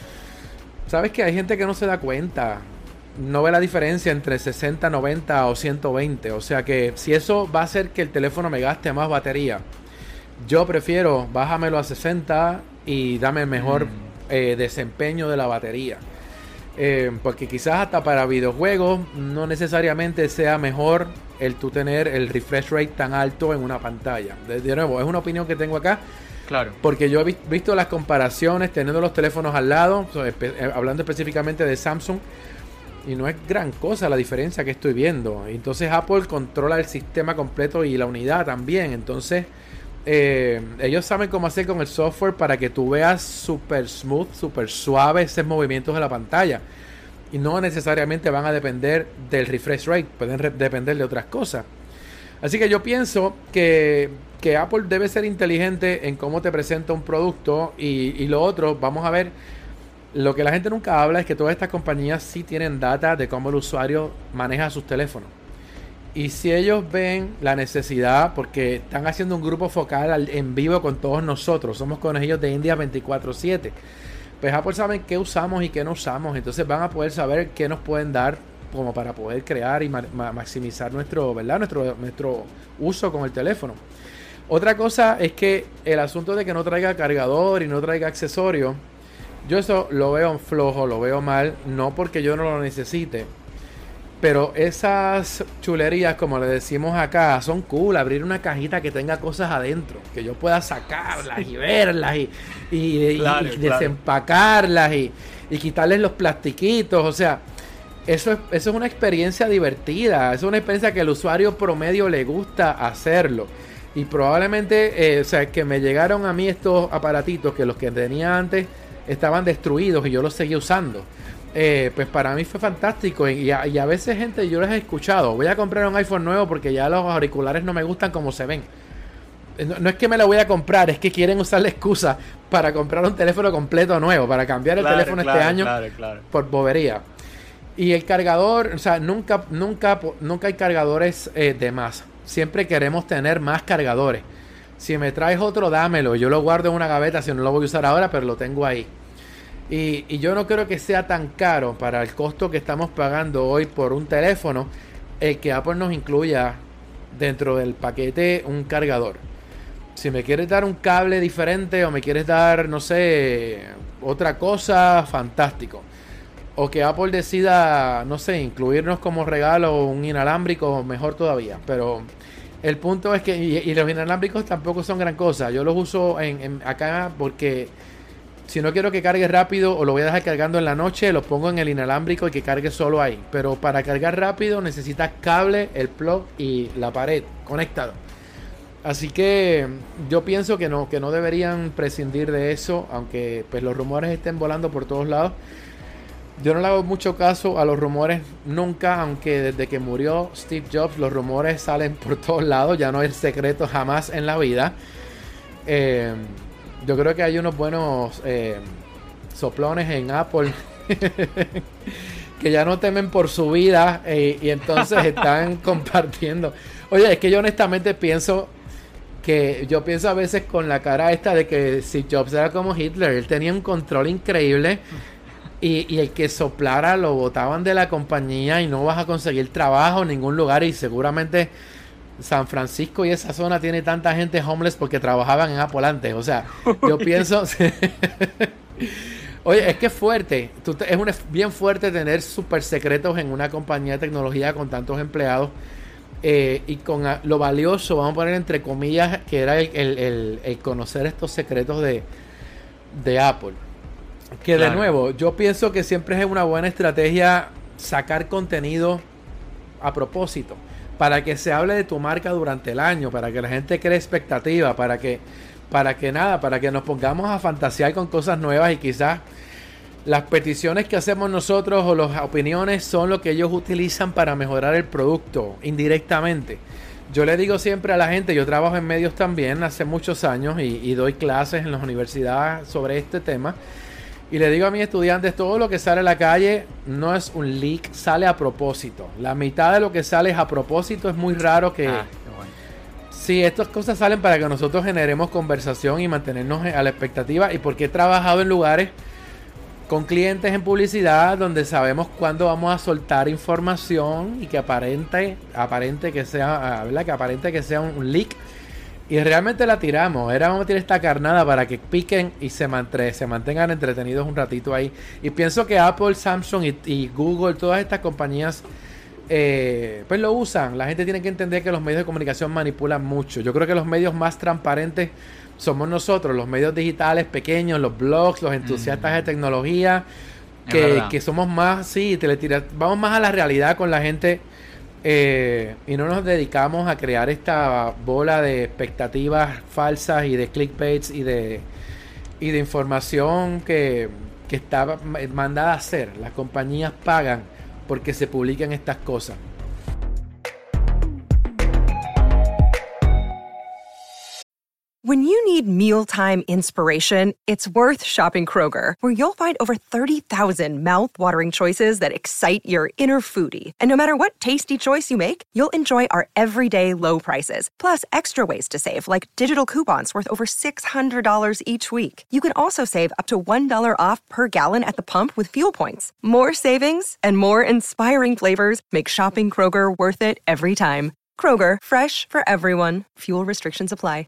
sabes que hay gente que no se da cuenta, no ve la diferencia entre sesenta, noventa o ciento veinte. O sea que si eso va a hacer que el teléfono me gaste más batería, yo prefiero bájamelo a sesenta y dame mejor mm. eh, desempeño de la batería. Eh, porque quizás hasta para videojuegos no necesariamente sea mejor el tú tener el refresh rate tan alto en una pantalla. De, de nuevo, es una opinión que tengo acá. Claro. Porque yo he vi- visto las comparaciones teniendo los teléfonos al lado, so, espe- hablando específicamente de Samsung, y no es gran cosa la diferencia que estoy viendo. Entonces Apple controla el sistema completo y la unidad también. Entonces eh, ellos saben cómo hacer con el software para que tú veas súper smooth, súper suave esos movimientos de la pantalla. Y no necesariamente van a depender del refresh rate, pueden re- depender de otras cosas. Así que yo pienso que, que Apple debe ser inteligente en cómo te presenta un producto. Y, y lo otro, vamos a ver, lo que la gente nunca habla es que todas estas compañías sí tienen data de cómo el usuario maneja sus teléfonos. Y si ellos ven la necesidad, porque están haciendo un grupo focal al, en vivo con todos nosotros, somos conejillos de India veinticuatro siete, pues Apple saben qué usamos y qué no usamos, entonces van a poder saber qué nos pueden dar como para poder crear y ma- ma- maximizar nuestro, ¿verdad? Nuestro, nuestro uso con el teléfono. Otra cosa es que el asunto de que no traiga cargador y no traiga accesorio, yo eso lo veo flojo, lo veo mal, no porque yo no lo necesite, pero esas chulerías, como le decimos acá, son cool. Abrir una cajita que tenga cosas adentro, que yo pueda sacarlas y verlas y, y, claro, y claro. desempacarlas y, y quitarles los plastiquitos. O sea, eso es, eso es una experiencia divertida. Es una experiencia que al usuario promedio le gusta hacerlo. Y probablemente, eh, o sea, que me llegaron a mí estos aparatitos que los que tenía antes estaban destruidos y yo los seguía usando. Eh, pues para mí fue fantástico y a, y a veces gente yo les he escuchado, voy a comprar un iPhone nuevo porque ya los auriculares no me gustan como se ven. No, no es que me lo voy a comprar, es que quieren usar la excusa para comprar un teléfono completo nuevo, para cambiar el Claro, teléfono claro, este año claro, claro. por bobería. Y el cargador, o sea, nunca, nunca, nunca hay cargadores eh, de más. Siempre queremos tener más cargadores. Si me traes otro, dámelo. Yo lo guardo en una gaveta, si no lo voy a usar ahora, pero lo tengo ahí. Y, y yo no creo que sea tan caro para el costo que estamos pagando hoy por un teléfono el que Apple nos incluya dentro del paquete un cargador. Si me quieres dar un cable diferente o me quieres dar, no sé, otra cosa, fantástico. O que Apple decida, no sé, incluirnos como regalo un inalámbrico, mejor todavía. Pero el punto es que, y, y los inalámbricos tampoco son gran cosa. Yo los uso en, en acá porque si no quiero que cargue rápido o lo voy a dejar cargando en la noche, lo pongo en el inalámbrico y que cargue solo ahí. Pero para cargar rápido necesitas cable, el plug y la pared conectado. Así que yo pienso que no, que no deberían prescindir de eso, aunque pues los rumores estén volando por todos lados. Yo no le hago mucho caso a los rumores nunca, aunque desde que murió Steve Jobs los rumores salen por todos lados, ya no hay secreto jamás en la vida. Eh, yo creo que hay unos buenos eh, soplones en Apple que ya no temen por su vida eh, y entonces están compartiendo. Oye, es que yo honestamente pienso que yo pienso a veces con la cara esta de que Steve Jobs era como Hitler, él tenía un control increíble. Y, y el que soplara lo botaban de la compañía y no vas a conseguir trabajo en ningún lugar. Y seguramente San Francisco y esa zona tiene tanta gente homeless porque trabajaban en Apple antes. O sea, yo pienso... Oye, es que es fuerte. Tú te, es una, bien fuerte tener súper secretos en una compañía de tecnología con tantos empleados. Eh, y con a, lo valioso, vamos a poner entre comillas, que era el, el, el, el conocer estos secretos de, de Apple. Que claro. De nuevo, yo pienso que siempre es una buena estrategia sacar contenido a propósito, para que se hable de tu marca durante el año, para que la gente cree expectativa, para que, para que nada, para que nos pongamos a fantasear con cosas nuevas y quizás las peticiones que hacemos nosotros o las opiniones son lo que ellos utilizan para mejorar el producto indirectamente. Yo le digo siempre a la gente, yo trabajo en medios también hace muchos años y, y doy clases en las universidades sobre este tema. Y le digo a mis estudiantes, todo lo que sale a la calle no es un leak, sale a propósito. La mitad de lo que sale es a propósito, es muy raro que... Ah, qué bueno. Sí, estas cosas salen para que nosotros generemos conversación y mantenernos a la expectativa. Y porque he trabajado en lugares con clientes en publicidad donde sabemos cuándo vamos a soltar información y que aparente, aparente que sea, ¿verdad? Que aparente que sea un, un leak. Y realmente la tiramos. Era vamos a tirar esta carnada para que piquen y se, mantre, se mantengan entretenidos un ratito ahí. Y pienso que Apple, Samsung y, y Google, todas estas compañías, eh, pues lo usan. La gente tiene que entender que los medios de comunicación manipulan mucho. Yo creo que los medios más transparentes somos nosotros, los medios digitales pequeños, los blogs, los entusiastas mm. de tecnología, que, que somos más, sí, te le tira, vamos más a la realidad con la gente. Eh, y no nos dedicamos a crear esta bola de expectativas falsas y de clickbaits y de y de información que, que está mandada a hacer. Las compañías pagan porque se publiquen estas cosas. When you need mealtime inspiration, it's worth shopping Kroger, where you'll find over thirty thousand mouth-watering choices that excite your inner foodie. And no matter what tasty choice you make, you'll enjoy our everyday low prices, plus extra ways to save, like digital coupons worth over six hundred dollars each week. You can also save up to one dollar off per gallon at the pump with fuel points. More savings and more inspiring flavors make shopping Kroger worth it every time. Kroger, fresh for everyone. Fuel restrictions apply.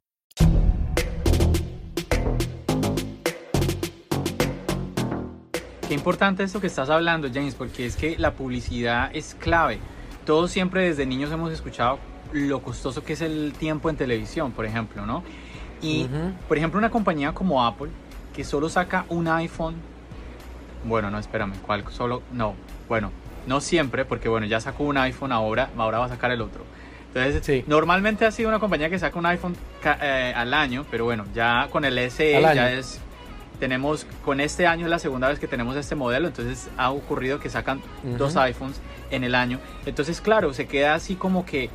Qué importante esto que estás hablando, James, porque es que la publicidad es clave. Todos siempre desde niños hemos escuchado lo costoso que es el tiempo en televisión, por ejemplo, ¿no? Y, uh-huh. por ejemplo, una compañía como Apple, que solo saca un iPhone, bueno, no, espérame, ¿cuál? Solo, no, bueno, no siempre, porque bueno, ya sacó un iPhone, ahora, ahora va a sacar el otro. Entonces, sí. normalmente ha sido una compañía que saca un iPhone eh, al año, pero bueno, ya con el S E ya es... Tenemos, con este año es la segunda vez que tenemos este modelo, entonces ha ocurrido que sacan uh-huh. dos iPhones en el año. Entonces, claro, se queda así como que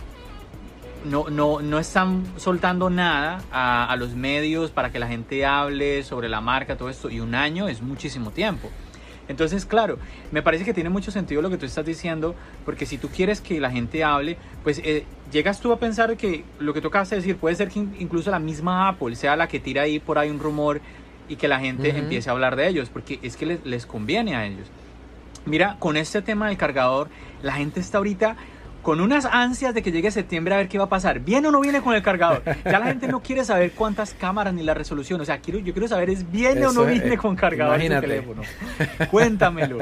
no, no, no están soltando nada a, a los medios para que la gente hable sobre la marca, todo esto, y un año es muchísimo tiempo. Entonces, claro, me parece que tiene mucho sentido lo que tú estás diciendo, porque si tú quieres que la gente hable, pues eh, llegas tú a pensar que lo que tú acabas de decir puede ser que incluso la misma Apple sea la que tira ahí por ahí un rumor y que la gente uh-huh. empiece a hablar de ellos, porque es que les, les conviene a ellos. Mira, con este tema del cargador, la gente está ahorita con unas ansias de que llegue septiembre a ver qué va a pasar. ¿Viene o no viene con el cargador? Ya la gente no quiere saber cuántas cámaras ni la resolución. O sea, quiero, yo quiero saber es viene Eso o no viene es, con cargador en tu teléfono. Cuéntamelo.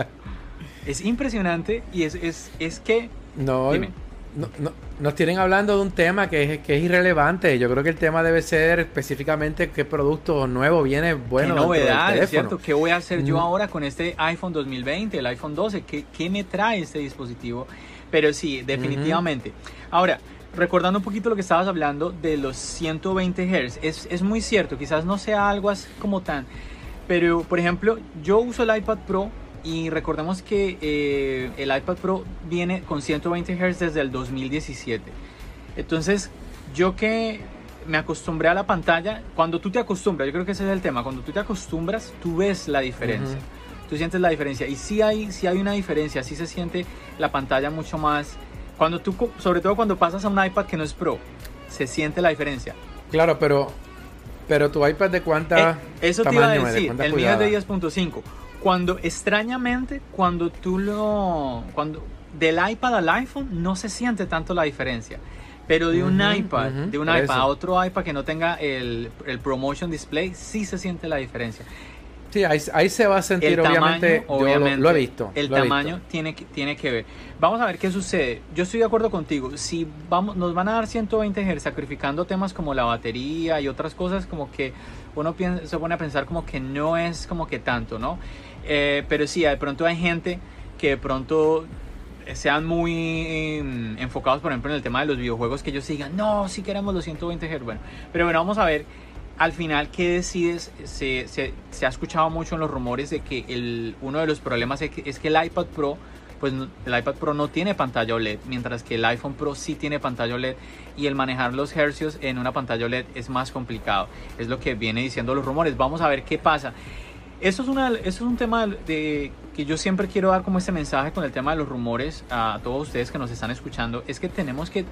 Es impresionante y es, es, es que... No, dime. No, no, nos tienen hablando de un tema que es, que es irrelevante. Yo creo que el tema debe ser específicamente qué producto nuevo viene bueno. Qué novedad, es cierto. ¿Qué voy a hacer mm. yo ahora con este iPhone dos mil veinte, el iPhone doce? ¿Qué, qué me trae este dispositivo? Pero sí, definitivamente. Uh-huh. Ahora, recordando un poquito lo que estabas hablando de los ciento veinte hertz, es, es muy cierto, quizás no sea algo así como tan... Pero, por ejemplo, yo uso el iPad Pro y recordemos que eh, el iPad Pro viene con ciento veinte hertz desde el dos mil diecisiete. Entonces, yo que me acostumbré a la pantalla, cuando tú te acostumbras, yo creo que ese es el tema, cuando tú te acostumbras, tú ves la diferencia. Uh-huh. Tú sientes la diferencia y sí hay, sí hay una diferencia, sí se siente la pantalla mucho más, cuando tú, sobre todo cuando pasas a un iPad que no es Pro, se siente la diferencia. Claro, pero pero tu iPad de cuánta eh, eso te iba a decir, de el mío es de diez punto cinco. Cuando extrañamente, cuando tú lo, cuando del iPad al iPhone no se siente tanto la diferencia. Pero de un uh-huh, iPad, uh-huh, de un iPad eso. a otro iPad que no tenga el, el ProMotion Display, sí se siente la diferencia. Sí, ahí, ahí se va a sentir, el obviamente, tamaño, obviamente lo, lo he visto. El lo he tamaño visto. Tiene, que, tiene que ver. Vamos a ver qué sucede. Yo estoy de acuerdo contigo. Si vamos, nos van a dar ciento veinte hertz sacrificando temas como la batería y otras cosas, como que uno piensa, se pone a pensar como que no es como que tanto, ¿no? Eh, pero sí, de pronto hay gente que de pronto sean muy eh, enfocados, por ejemplo, en el tema de los videojuegos, que ellos digan, no, sí queremos los ciento veinte hertz. Bueno, pero bueno, vamos a ver. Al final, ¿qué decides? Se, se, se ha escuchado mucho en los rumores de que el, uno de los problemas es que, es que el iPad Pro, pues el iPad Pro no tiene pantalla O L E D, mientras que el iPhone Pro sí tiene pantalla O L E D, y el manejar los hercios en una pantalla O L E D es más complicado. Es lo que viene diciendo los rumores. Vamos a ver qué pasa. Esto es, una, esto es un tema de, que yo siempre quiero dar como este mensaje con el tema de los rumores a todos ustedes que nos están escuchando. Es que tenemos que...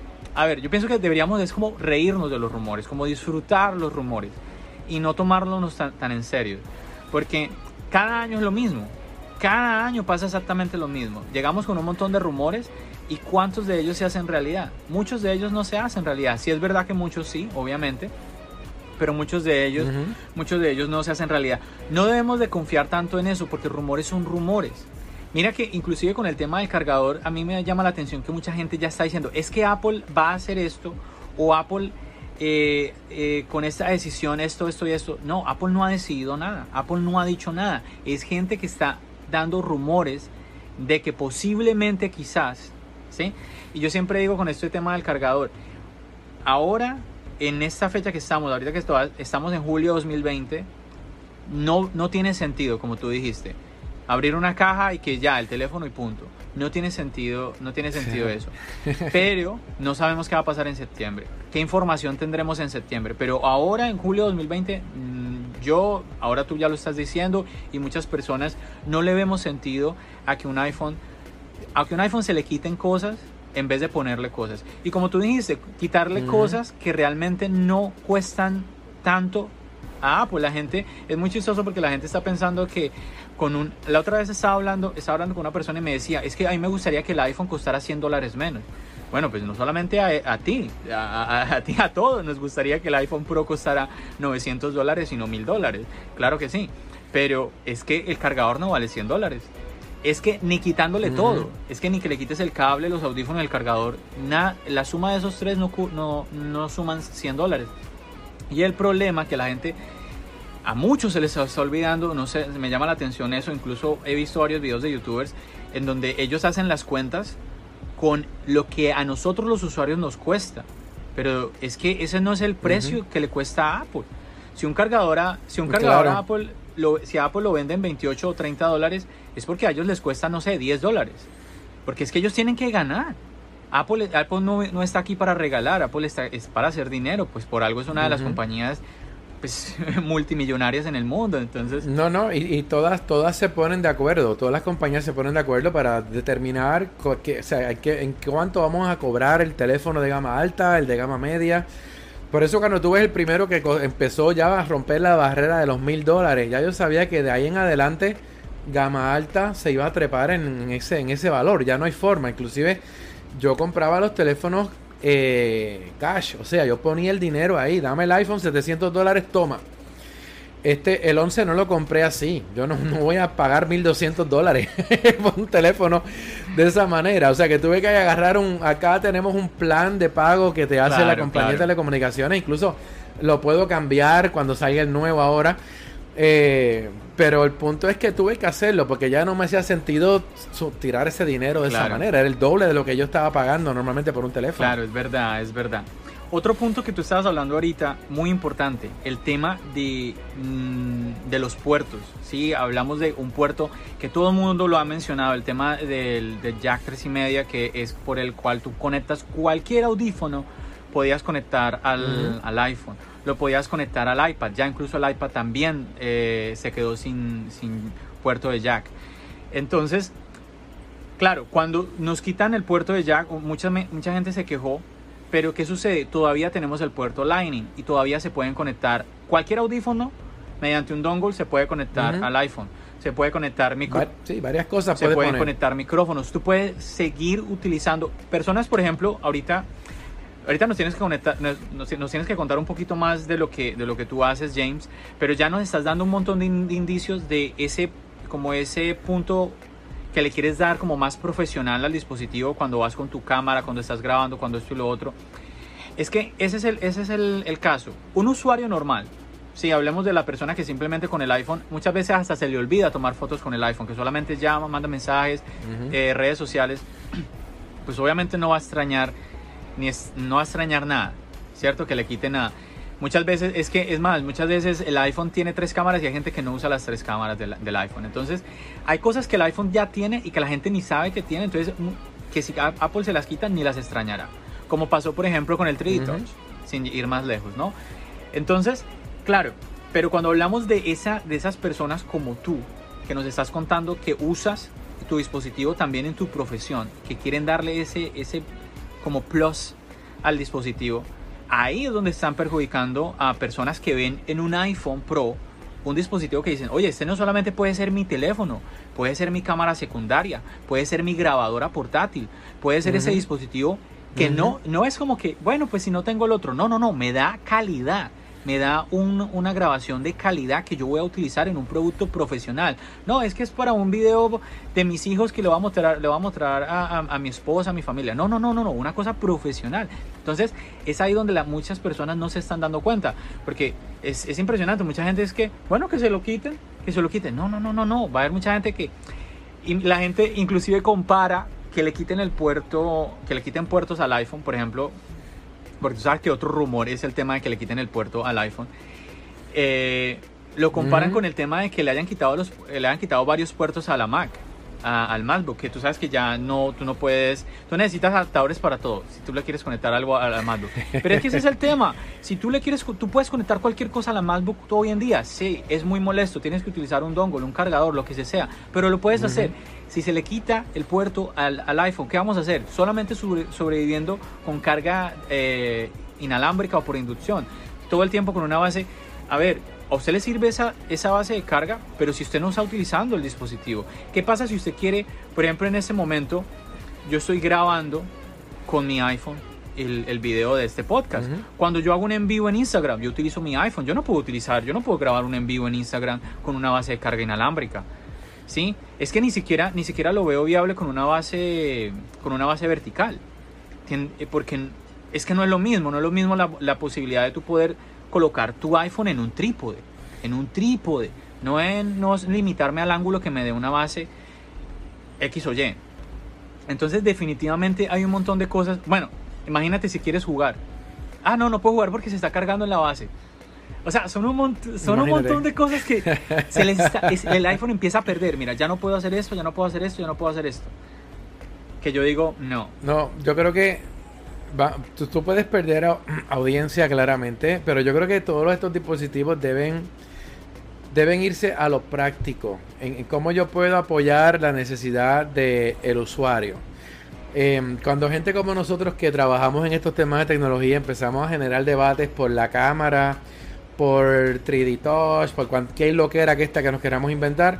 A ver, yo pienso que deberíamos es como reírnos de los rumores, como disfrutar los rumores y no tomárnoslos tan, tan en serio. Porque cada año es lo mismo, cada año pasa exactamente lo mismo. Llegamos con un montón de rumores y ¿cuántos de ellos se hacen realidad? Muchos de ellos no se hacen realidad. Sí es verdad que muchos sí, obviamente, pero muchos de ellos, uh-huh. muchos de ellos no se hacen realidad. No debemos de confiar tanto en eso porque rumores son rumores. Mira que inclusive con el tema del cargador, a mí me llama la atención que mucha gente ya está diciendo, es que Apple va a hacer esto, o Apple eh, eh, con esta decisión, esto, esto y esto. No, Apple no ha decidido nada, Apple no ha dicho nada. Es gente que está dando rumores de que posiblemente quizás, ¿sí? Y yo siempre digo con este tema del cargador, ahora, en esta fecha que estamos, ahorita que estamos en julio de dos mil veinte, no, no tiene sentido, como tú dijiste, abrir una caja y que ya, el teléfono y punto. No tiene sentido, no tiene sentido eso. Pero no sabemos qué va a pasar en septiembre. ¿Qué información tendremos en septiembre? Pero ahora, en julio de dos mil veinte, yo, ahora tú ya lo estás diciendo, y muchas personas no le vemos sentido a que un iPhone, a que un iPhone se le quiten cosas en vez de ponerle cosas. Y como tú dijiste, quitarle uh-huh. cosas que realmente no cuestan tanto. Ah, pues la gente, es muy chistoso porque la gente está pensando que con un... La otra vez estaba hablando, estaba hablando con una persona y me decía, es que a mí me gustaría que el iPhone costara cien dólares menos. Bueno, pues no solamente a, a ti, a, a, a ti, a todos nos gustaría que el iPhone Pro costara novecientos dólares y no mil dólares. Claro que sí, pero es que el cargador no vale cien dólares. Es que ni quitándole uh-huh. todo, es que ni que le quites el cable, los audífonos, el cargador, nada, la suma de esos tres no, no, no suman cien dólares. Y el problema que la gente, a muchos se les está olvidando, no sé, me llama la atención eso, incluso he visto varios videos de youtubers en donde ellos hacen las cuentas con lo que a nosotros los usuarios nos cuesta, pero es que ese no es el precio uh-huh. que le cuesta a Apple. Si un cargador a, si un cargador claro. a Apple, lo, si a Apple lo venden veintiocho o treinta dólares, es porque a ellos les cuesta, no sé, diez dólares, porque es que ellos tienen que ganar. Apple, Apple no, no está aquí para regalar, Apple está, es para hacer dinero, pues por algo es una uh-huh. de las compañías pues, multimillonarias en el mundo, entonces... No, no, y, y todas todas se ponen de acuerdo, todas las compañías se ponen de acuerdo para determinar que, o sea, que, en cuánto vamos a cobrar el teléfono de gama alta, el de gama media. Por eso cuando tú ves el primero que empezó ya a romper la barrera de los mil dólares, ya yo sabía que de ahí en adelante gama alta se iba a trepar en ese, en ese valor, ya no hay forma, inclusive... Yo compraba los teléfonos eh, cash, o sea, yo ponía el dinero ahí, dame el iPhone, setecientos dólares, toma. Este, el once no lo compré así, yo no, no voy a pagar mil doscientos dólares por un teléfono de esa manera. O sea, que tuve que agarrar un, acá tenemos un plan de pago que te hace claro, la compañía claro. de telecomunicaciones, incluso lo puedo cambiar cuando salga el nuevo ahora. Eh, pero el punto es que tuve que hacerlo porque ya no me hacía sentido tirar ese dinero de claro. esa manera. Era el doble de lo que yo estaba pagando normalmente por un teléfono. Claro, es verdad, es verdad. Otro punto que tú estabas hablando ahorita, muy importante, el tema de, mmm, de los puertos. Sí, hablamos de un puerto que todo el mundo lo ha mencionado, el tema del, del jack tres y media, que es por el cual tú conectas cualquier audífono, podías conectar al, uh-huh. al iPhone. Lo podías conectar al iPad, ya incluso el iPad también eh, se quedó sin, sin puerto de jack. Entonces, claro, cuando nos quitan el puerto de jack, mucha, mucha gente se quejó, pero ¿qué sucede? Todavía tenemos el puerto Lightning y todavía se pueden conectar cualquier audífono mediante un dongle, se puede conectar uh-huh. al iPhone. Se puede conectar micro- sí, varias cosas se puede pueden poner. conectar micrófonos. Tú puedes seguir utilizando personas, por ejemplo, ahorita Ahorita nos tienes que conectar, nos, nos tienes que contar un poquito más de lo que de lo que tú haces, James, pero ya nos estás dando un montón de, in, de indicios de ese como ese punto que le quieres dar como más profesional al dispositivo cuando vas con tu cámara, cuando estás grabando, cuando esto y lo otro. Es que ese es el ese es el, el caso. Un usuario normal, si hablemos de la persona que simplemente con el iPhone, muchas veces hasta se le olvida tomar fotos con el iPhone, que solamente llama, manda mensajes, uh-huh. eh, redes sociales, pues obviamente no va a extrañar ni es, no va a extrañar nada, ¿cierto? Que le quite nada. Muchas veces, es que es más, muchas veces el iPhone tiene tres cámaras y hay gente que no usa las tres cámaras del, del iPhone. Entonces, hay cosas que el iPhone ya tiene y que la gente ni sabe que tiene. Entonces, que si Apple se las quita, ni las extrañará. Como pasó, por ejemplo, con el tres D Touch, uh-huh. sin ir más lejos, ¿no? Entonces, claro, pero cuando hablamos de, esa, de esas personas como tú, que nos estás contando que usas tu dispositivo también en tu profesión, que quieren darle ese... ese como plus al dispositivo, ahí es donde están perjudicando a personas que ven en un iPhone Pro un dispositivo que dicen, oye, este no solamente puede ser mi teléfono, puede ser mi cámara secundaria, puede ser mi grabadora portátil, puede ser uh-huh. ese dispositivo que uh-huh. no, no es como que, bueno, pues si no tengo el otro, no, no, no, me da calidad, me da un, una grabación de calidad que yo voy a utilizar en un producto profesional. No, es que es para un video de mis hijos que le voy a mostrar, le voy a, mostrar a, a, a mi esposa, a mi familia. No, no, no, no, no, una cosa profesional. Entonces, es ahí donde la, muchas personas no se están dando cuenta, porque es, es impresionante. Mucha gente es que, bueno, que se lo quiten, que se lo quiten. No, no, no, no, no. Va a haber mucha gente que, y la gente inclusive compara que le quiten el puerto, que le quiten puertos al iPhone, por ejemplo. Porque tú sabes que otro rumor es el tema de que le quiten el puerto al iPhone. Eh, lo comparan Ujú. con el tema de que le hayan quitado los, le hayan quitado varios puertos a la Mac, a- al MacBook, que tú sabes que ya no, tú no puedes, tú necesitas adaptadores para todo, si tú le quieres conectar algo a la MacBook. Pero es que ese es el tema, si tú le quieres, tú puedes conectar cualquier cosa a la MacBook hoy en día, sí, es muy molesto, tienes que utilizar un dongle, un cargador, lo que sea, pero lo puedes Ujú. hacer. Si se le quita el puerto al, al iPhone, ¿qué vamos a hacer? Solamente sobre- sobreviviendo con carga eh, inalámbrica o por inducción, todo el tiempo con una base. A ver, a usted le sirve esa, esa base de carga, pero si usted no está utilizando el dispositivo, ¿qué pasa si usted quiere, por ejemplo, en este momento, yo estoy grabando con mi iPhone el, el video de este podcast? Ujú. Cuando yo hago un en vivo en Instagram, yo utilizo mi iPhone, yo no puedo utilizar, yo no puedo grabar un en vivo en Instagram con una base de carga inalámbrica. ¿Sí? Es que ni siquiera, ni siquiera lo veo viable con una base, con una base vertical. Tien- eh, Porque es que no es lo mismo, no es lo mismo la, la posibilidad de tu poder colocar tu iPhone en un trípode, en un trípode, no en no es limitarme al ángulo que me dé una base X o Y. Entonces definitivamente hay un montón de cosas. Bueno, imagínate si quieres jugar. Ah, no, no puedo jugar porque se está cargando en la base. O sea, son un, mont- son un Imagínate. montón de cosas que se les está- es- el iPhone empieza a perder. Mira, ya no puedo hacer esto, ya no puedo hacer esto, ya no puedo hacer esto. Que yo digo, no. No, yo creo que va- tú, tú puedes perder a- audiencia claramente, pero yo creo que todos estos dispositivos deben, deben irse a lo práctico, en, en cómo yo puedo apoyar la necesidad del usuario. Eh, cuando gente como nosotros que trabajamos en estos temas de tecnología empezamos a generar debates por la cámara, por tres D Touch, por cualquier loquera que esta que nos queramos inventar,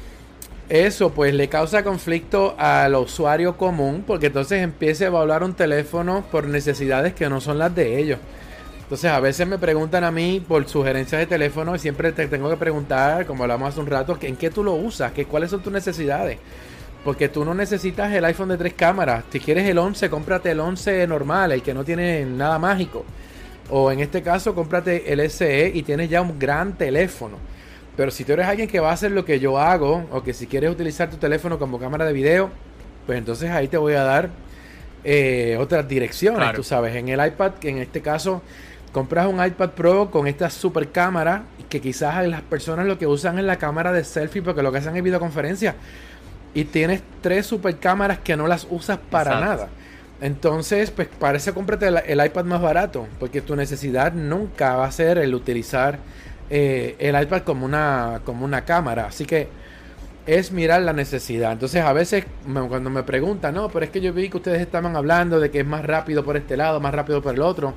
eso pues le causa conflicto al usuario común, porque entonces empieza a evaluar un teléfono por necesidades que no son las de ellos. Entonces a veces me preguntan a mí por sugerencias de teléfono y siempre te tengo que preguntar, como hablamos hace un rato, ¿en qué tú lo usas? ¿Qué, ¿Cuáles son tus necesidades? Porque tú no necesitas el iPhone de tres cámaras. Si quieres el once, cómprate el once normal, el que no tiene nada mágico. O en este caso, cómprate el S E y tienes ya un gran teléfono. Pero si tú eres alguien que va a hacer lo que yo hago, o que si quieres utilizar tu teléfono como cámara de video, pues entonces ahí te voy a dar eh, otras direcciones, Claro. tú sabes. En el iPad, que en este caso, compras un iPad Pro con esta super cámara, que quizás las personas lo que usan es la cámara de selfie, porque lo que hacen es videoconferencia. Y tienes tres super cámaras que no las usas para Exacto. nada. Entonces, pues para eso cómprate el, el iPad más barato, porque tu necesidad nunca va a ser el utilizar eh, el iPad como una, como una cámara. Así que es mirar la necesidad. Entonces a veces me- cuando me preguntan, no, pero es que yo vi que ustedes estaban hablando de que es más rápido por este lado, más rápido por el otro.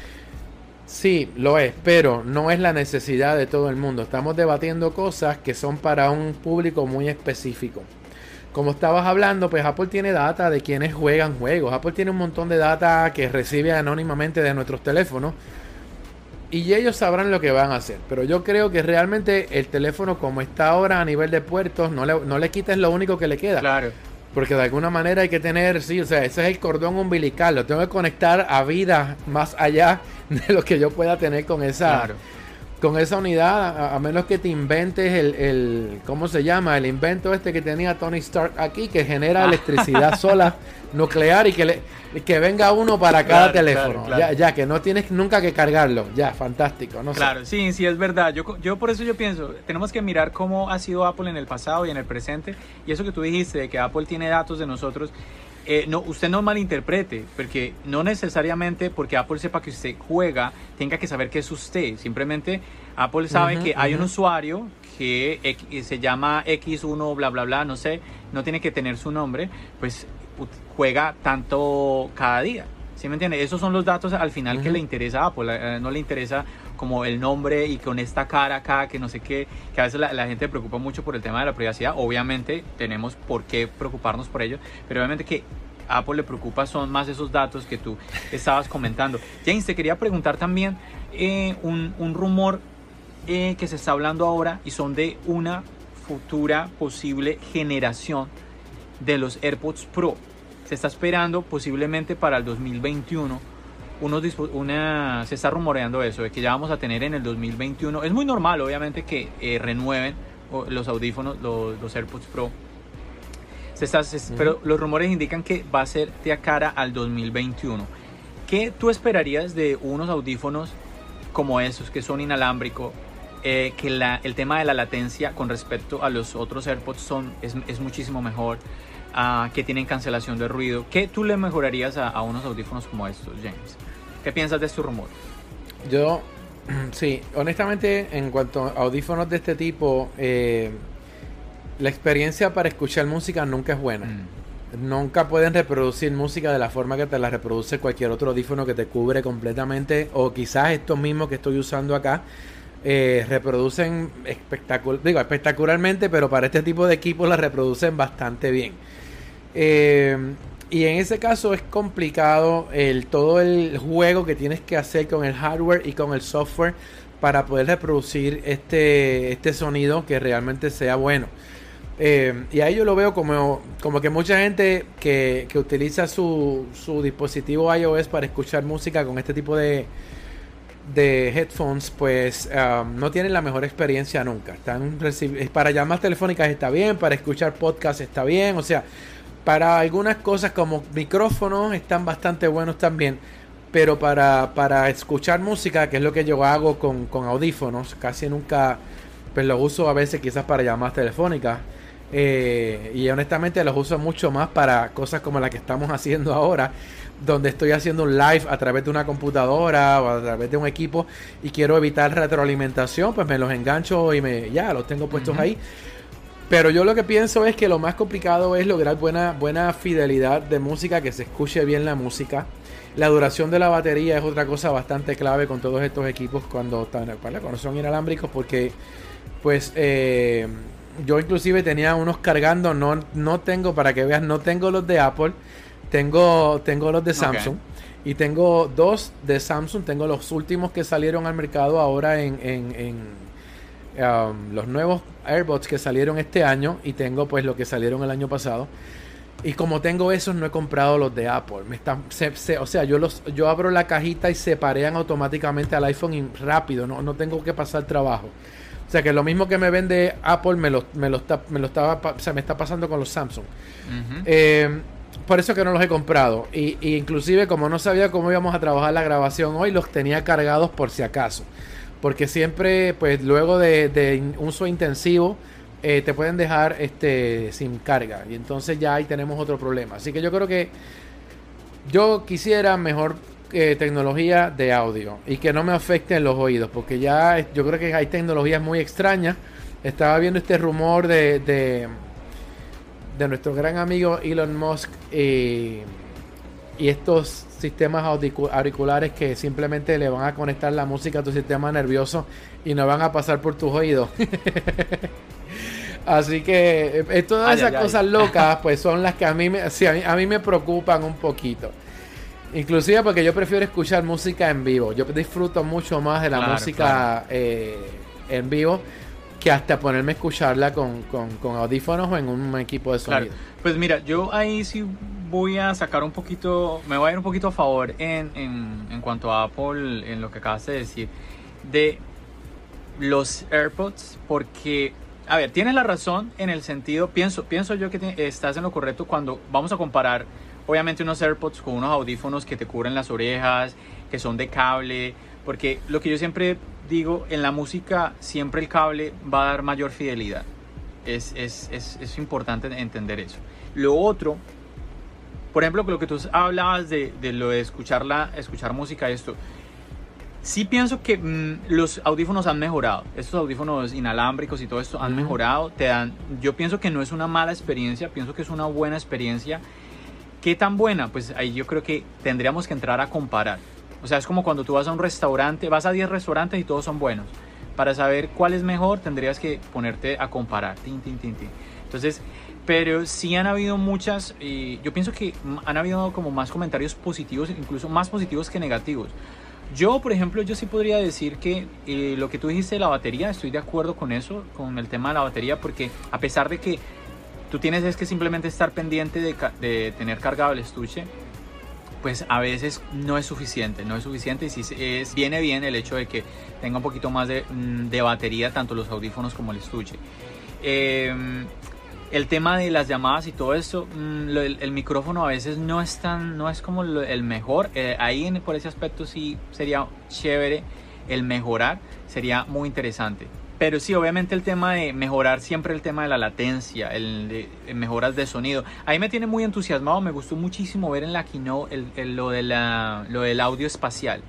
Sí, lo es, pero no es la necesidad de todo el mundo. Estamos debatiendo cosas que son para un público muy específico. Como estabas hablando, pues Apple tiene data de quienes juegan juegos. Apple tiene un montón de data que recibe anónimamente de nuestros teléfonos. Y ellos sabrán lo que van a hacer. Pero yo creo que realmente el teléfono como está ahora a nivel de puertos, no le, no le quites lo único que le queda. Claro. Porque de alguna manera hay que tener, sí, o sea, ese es el cordón umbilical. Lo tengo que conectar a vida más allá de lo que yo pueda tener con esa, Claro. con esa unidad. A, a menos que te inventes el, el, ¿cómo se llama? El invento este que tenía Tony Stark aquí, que genera electricidad sola nuclear y que, le, que venga uno para cada Claro, teléfono. claro, claro. Ya, ya, que no tienes nunca que cargarlo. Ya, fantástico. No sé. Claro, sí, sí, es verdad. Yo, co- yo por eso yo pienso, tenemos que mirar cómo ha sido Apple en el pasado y en el presente. Y eso que tú dijiste, de que Apple tiene datos de nosotros, eh, no, usted no malinterprete, porque no necesariamente porque Apple sepa que usted juega, tenga que saber que es usted. Simplemente Apple sabe Ujú, que hay un ujú. usuario que X- se llama equis uno, bla, bla, bla, no sé, no tiene que tener su nombre, pues ut- juega tanto cada día. ¿Sí me entiende? Esos son los datos al final que Ujú. le interesa a Apple. eh, no le interesa como el nombre y con esta cara acá, que no sé qué, que a veces la, la gente se preocupa mucho por el tema de la privacidad. Obviamente tenemos por qué preocuparnos por ello, pero obviamente que a Apple le preocupa son más esos datos que tú estabas comentando. James, te quería preguntar también eh, un, un rumor eh, que se está hablando ahora y son de una futura posible generación de los AirPods Pro. Se está esperando posiblemente para el dos mil veintiuno. Unos dispo- una, se está rumoreando eso, de que ya vamos a tener en el dos mil veintiuno. Es muy normal, obviamente, que eh, renueven o, los audífonos, los, los AirPods Pro. Se está, se- Ujú. Pero los rumores indican que va a ser de cara al dos mil veintiuno. ¿Qué tú esperarías de unos audífonos como esos, que son inalámbricos, eh, que la, el tema de la latencia con respecto a los otros AirPods son, es, es muchísimo mejor, uh, que tienen cancelación de ruido. ¿Qué tú le mejorarías a, a unos audífonos como estos, James? ¿Qué piensas de este rumor? Yo, sí, honestamente, en cuanto a audífonos de este tipo, eh, la experiencia para escuchar música nunca es buena. Mm. Nunca pueden reproducir música de la forma que te la reproduce cualquier otro audífono que te cubre completamente, o quizás estos mismos que estoy usando acá. Eh, reproducen espectacular, digo, espectacularmente, pero para este tipo de equipos la reproducen bastante bien. Eh, y en ese caso es complicado el todo el juego que tienes que hacer con el hardware y con el software para poder reproducir este, este sonido que realmente sea bueno. Eh, y ahí yo lo veo como, como que mucha gente que, que utiliza su, su dispositivo iOS para escuchar música con este tipo de de headphones, pues um, no tienen la mejor experiencia nunca. Están recib- para llamadas telefónicas está bien, para escuchar podcasts está bien, o sea, para algunas cosas como micrófonos están bastante buenos también, pero para, para escuchar música, que es lo que yo hago con, con audífonos, casi nunca pues los uso a veces quizás para llamadas telefónicas, eh, y honestamente los uso mucho más para cosas como la que estamos haciendo ahora, donde estoy haciendo un live a través de una computadora o a través de un equipo y quiero evitar retroalimentación, pues me los engancho y me ya los tengo puestos uh-huh. ahí. Pero yo lo que pienso es que lo más complicado es lograr buena, buena fidelidad de música, que se escuche bien la música. La duración de la batería es otra cosa bastante clave con todos estos equipos cuando, cuando son inalámbricos, porque pues eh, yo inclusive tenía unos cargando, no, no tengo, para que veas, no tengo los de Apple. Tengo, tengo los de Samsung, okay. Y tengo dos de Samsung. Tengo los últimos que salieron al mercado ahora en, en, en um, los nuevos AirPods que salieron este año. Y tengo pues los que salieron el año pasado. Y como tengo esos, no he comprado los de Apple. Me están, se, se, o sea, yo los yo abro la cajita y se parean automáticamente al iPhone y rápido. No, no tengo que pasar trabajo. O sea que lo mismo que me vende Apple me lo, me lo, está, me lo estaba, o sea, me está pasando con los Samsung. Uh-huh. Eh... Por eso que no los he comprado. Y, y inclusive como no sabía cómo íbamos a trabajar la grabación hoy, los tenía cargados por si acaso. Porque siempre, pues luego de, de uso intensivo, eh, te pueden dejar este sin carga. Y entonces ya ahí tenemos otro problema. Así que yo creo que yo quisiera mejor eh, tecnología de audio. Y que no me afecten los oídos. Porque ya yo creo que hay tecnologías muy extrañas. Estaba viendo este rumor de... de de nuestro gran amigo Elon Musk eh, y estos sistemas auriculares que simplemente le van a conectar la música a tu sistema nervioso y no van a pasar por tus oídos. Así que eh, todas ay, esas ay, cosas ay. locas pues son las que a mí, me, sí, a mí a mí me preocupan un poquito. Inclusive porque yo prefiero escuchar música en vivo. Yo disfruto mucho más de la claro, música claro. Eh, en vivo, que hasta ponerme a escucharla con, con, con audífonos o en un equipo de sonido. Claro. Pues mira, yo ahí sí voy a sacar un poquito, me voy a ir un poquito a favor en, en, en cuanto a Apple, en lo que acabas de decir, de los AirPods, porque, a ver, tienes la razón en el sentido, pienso, pienso yo que te, estás en lo correcto cuando vamos a comparar, obviamente, unos AirPods con unos audífonos que te cubren las orejas, que son de cable, porque lo que yo siempre digo, en la música siempre el cable va a dar mayor fidelidad. Es, es, es, es importante entender eso. Lo otro, por ejemplo, lo que tú hablabas de, de lo de escuchar, la, escuchar música, esto, sí pienso que mmm, los audífonos han mejorado. Estos audífonos inalámbricos y todo esto han uh-huh. mejorado. Te dan, yo pienso que no es una mala experiencia, pienso que es una buena experiencia. ¿Qué tan buena? Pues ahí yo creo que tendríamos que entrar a comparar. O sea, es como cuando tú vas a un restaurante, vas a diez restaurantes y todos son buenos. Para saber cuál es mejor, tendrías que ponerte a comparar. Tin, tin, tin, tin. Entonces, pero sí han habido muchas, y yo pienso que han habido como más comentarios positivos, incluso más positivos que negativos. Yo, por ejemplo, yo sí podría decir que eh, lo que tú dijiste de la batería, estoy de acuerdo con eso, con el tema de la batería, porque a pesar de que tú tienes es que simplemente estar pendiente de, de tener cargado el estuche, pues a veces no es suficiente, no es suficiente y sí es, viene bien el hecho de que tenga un poquito más de, de batería, tanto los audífonos como el estuche. Eh, el tema de las llamadas y todo eso, el, el micrófono a veces no es tan, no es como el mejor, eh, ahí en, por ese aspecto sí sería chévere el mejorar sería muy interesante. Pero sí, obviamente el tema de mejorar siempre el tema de la latencia, el de, de mejoras de sonido. Ahí me tiene muy entusiasmado, me gustó muchísimo ver en la keynote el, el, lo, de la, lo del audio espacial.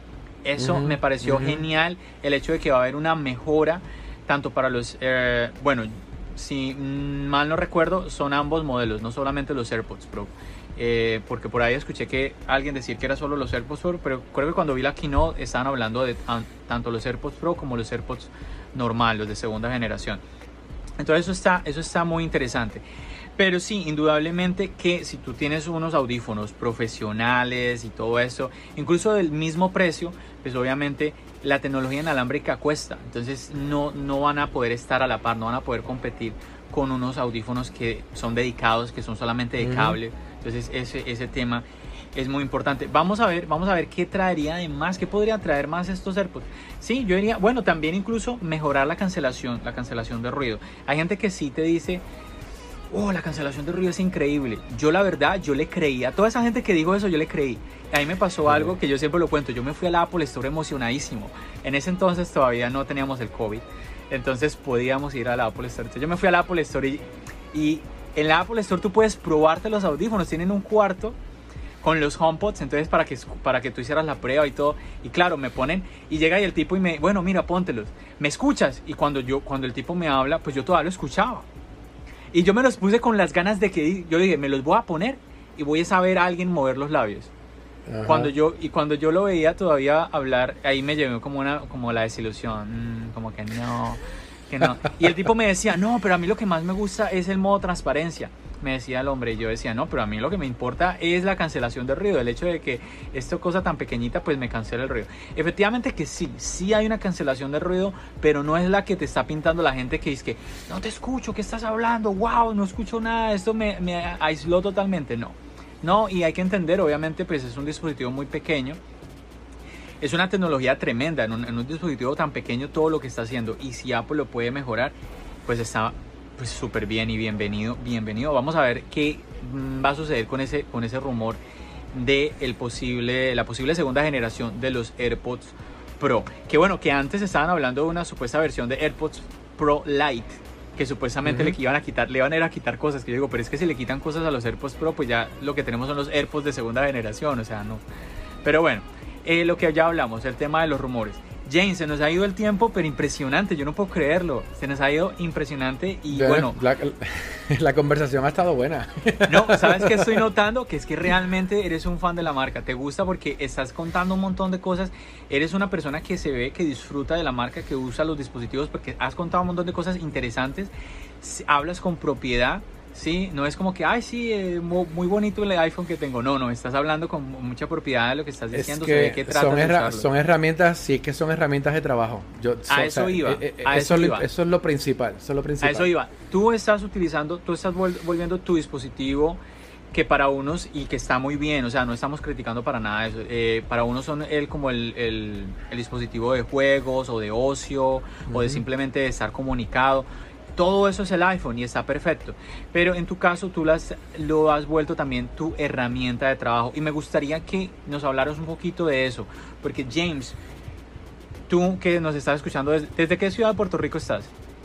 Eso uh-huh, me pareció uh-huh. genial, el hecho de que va a haber una mejora tanto para los, eh, bueno, si mal no recuerdo, son ambos modelos, no solamente los AirPods Pro. Eh, porque por ahí escuché que alguien decir que era solo los AirPods Pro, pero creo que cuando vi la keynote estaban hablando de an, tanto los AirPods Pro como los AirPods normal, los de segunda generación. Entonces eso está, eso está muy interesante. Pero sí, indudablemente que si tú tienes unos audífonos profesionales y todo eso, incluso del mismo precio, pues obviamente la tecnología inalámbrica cuesta. Entonces no, no van a poder estar a la par, no van a poder competir con unos audífonos que son dedicados, que son solamente de cable. Entonces ese, ese tema es muy importante. Vamos a ver, vamos a ver qué traería de más, qué podría traer más estos AirPods. Sí, yo diría, bueno, también incluso mejorar la cancelación, la cancelación de ruido. Hay gente que sí te dice, oh, la cancelación de ruido es increíble. Yo la verdad, yo le creí. A toda esa gente que dijo eso, yo le creí. A mí me pasó sí. algo que yo siempre lo cuento. Yo me fui a la Apple Store emocionadísimo. En ese entonces todavía no teníamos el COVID. Entonces podíamos ir a la Apple Store. Entonces yo me fui a la Apple Store y, y en la Apple Store tú puedes probarte los audífonos. Tienen un cuarto con los HomePods, entonces para que, para que tú hicieras la prueba y todo. Y claro, me ponen y llega y el tipo y me, bueno, mira, póntelos. ¿Me escuchas? Y cuando, yo, cuando el tipo me habla, pues yo todavía lo escuchaba. Y yo me los puse con las ganas de que, yo dije, me los voy a poner y voy a saber a alguien mover los labios. Ajá. Cuando yo, y cuando yo lo veía todavía hablar, ahí me llevó como, una, como la desilusión, mm, como que no, que no. Y el tipo me decía, no, pero a mí lo que más me gusta es el modo transparencia. Me decía el hombre y yo decía, no, pero a mí lo que me importa es la cancelación de ruido, el hecho de que esta cosa tan pequeñita pues me cancela el ruido. Efectivamente que sí, sí hay una cancelación de ruido, pero no es la que te está pintando la gente que dice que no te escucho, ¿qué estás hablando? Wow, no escucho nada, esto me, me aisló totalmente. No, no, y hay que entender, obviamente pues es un dispositivo muy pequeño. Es una tecnología tremenda, en un, en un dispositivo tan pequeño todo lo que está haciendo, y si Apple lo puede mejorar, pues está pues súper bien y bienvenido, bienvenido. Vamos a ver qué va a suceder con ese, con ese rumor de el posible, la posible segunda generación de los AirPods Pro. Que bueno, que antes estaban hablando de una supuesta versión de AirPods Pro Lite, que supuestamente uh-huh. le iban a quitar, le iban a ir a quitar cosas, que yo digo, pero es que si le quitan cosas a los AirPods Pro, pues ya lo que tenemos son los AirPods de segunda generación, o sea, no. Pero bueno, eh, lo que ya hablamos, el tema de los rumores. James, se nos ha ido el tiempo, pero impresionante, yo no puedo creerlo, se nos ha ido impresionante y yeah, bueno... La, la conversación ha estado buena. No, ¿sabes qué estoy notando? Que es que realmente eres un fan de la marca, te gusta porque estás contando un montón de cosas, eres una persona que se ve, que disfruta de la marca, que usa los dispositivos porque has contado un montón de cosas interesantes, hablas con propiedad. Sí, no es como que, ay, sí, eh, muy bonito el iPhone que tengo. No, no, estás hablando con mucha propiedad de lo que estás diciendo. Es que sobre qué tratas son, herra- son herramientas, sí, es que son herramientas de trabajo. Yo, a so, eso o sea, iba. Eh, eh, a eso, eso lo, iba. eso es lo principal, eso es lo principal. A eso iba. Tú estás utilizando, tú estás vol- volviendo tu dispositivo que para unos, y que está muy bien, o sea, no estamos criticando para nada eso. Eh, para unos son el, como el, el, el dispositivo de juegos o de ocio, uh-huh. o de simplemente de estar comunicado. Todo eso es el iPhone y está perfecto. Pero en tu caso tú las, lo has vuelto también tu herramienta de trabajo. Y me gustaría que nos hablaras un poquito de eso. Porque James, tú que nos estás escuchando, ¿desde, ¿desde qué ciudad de Puerto Rico estás?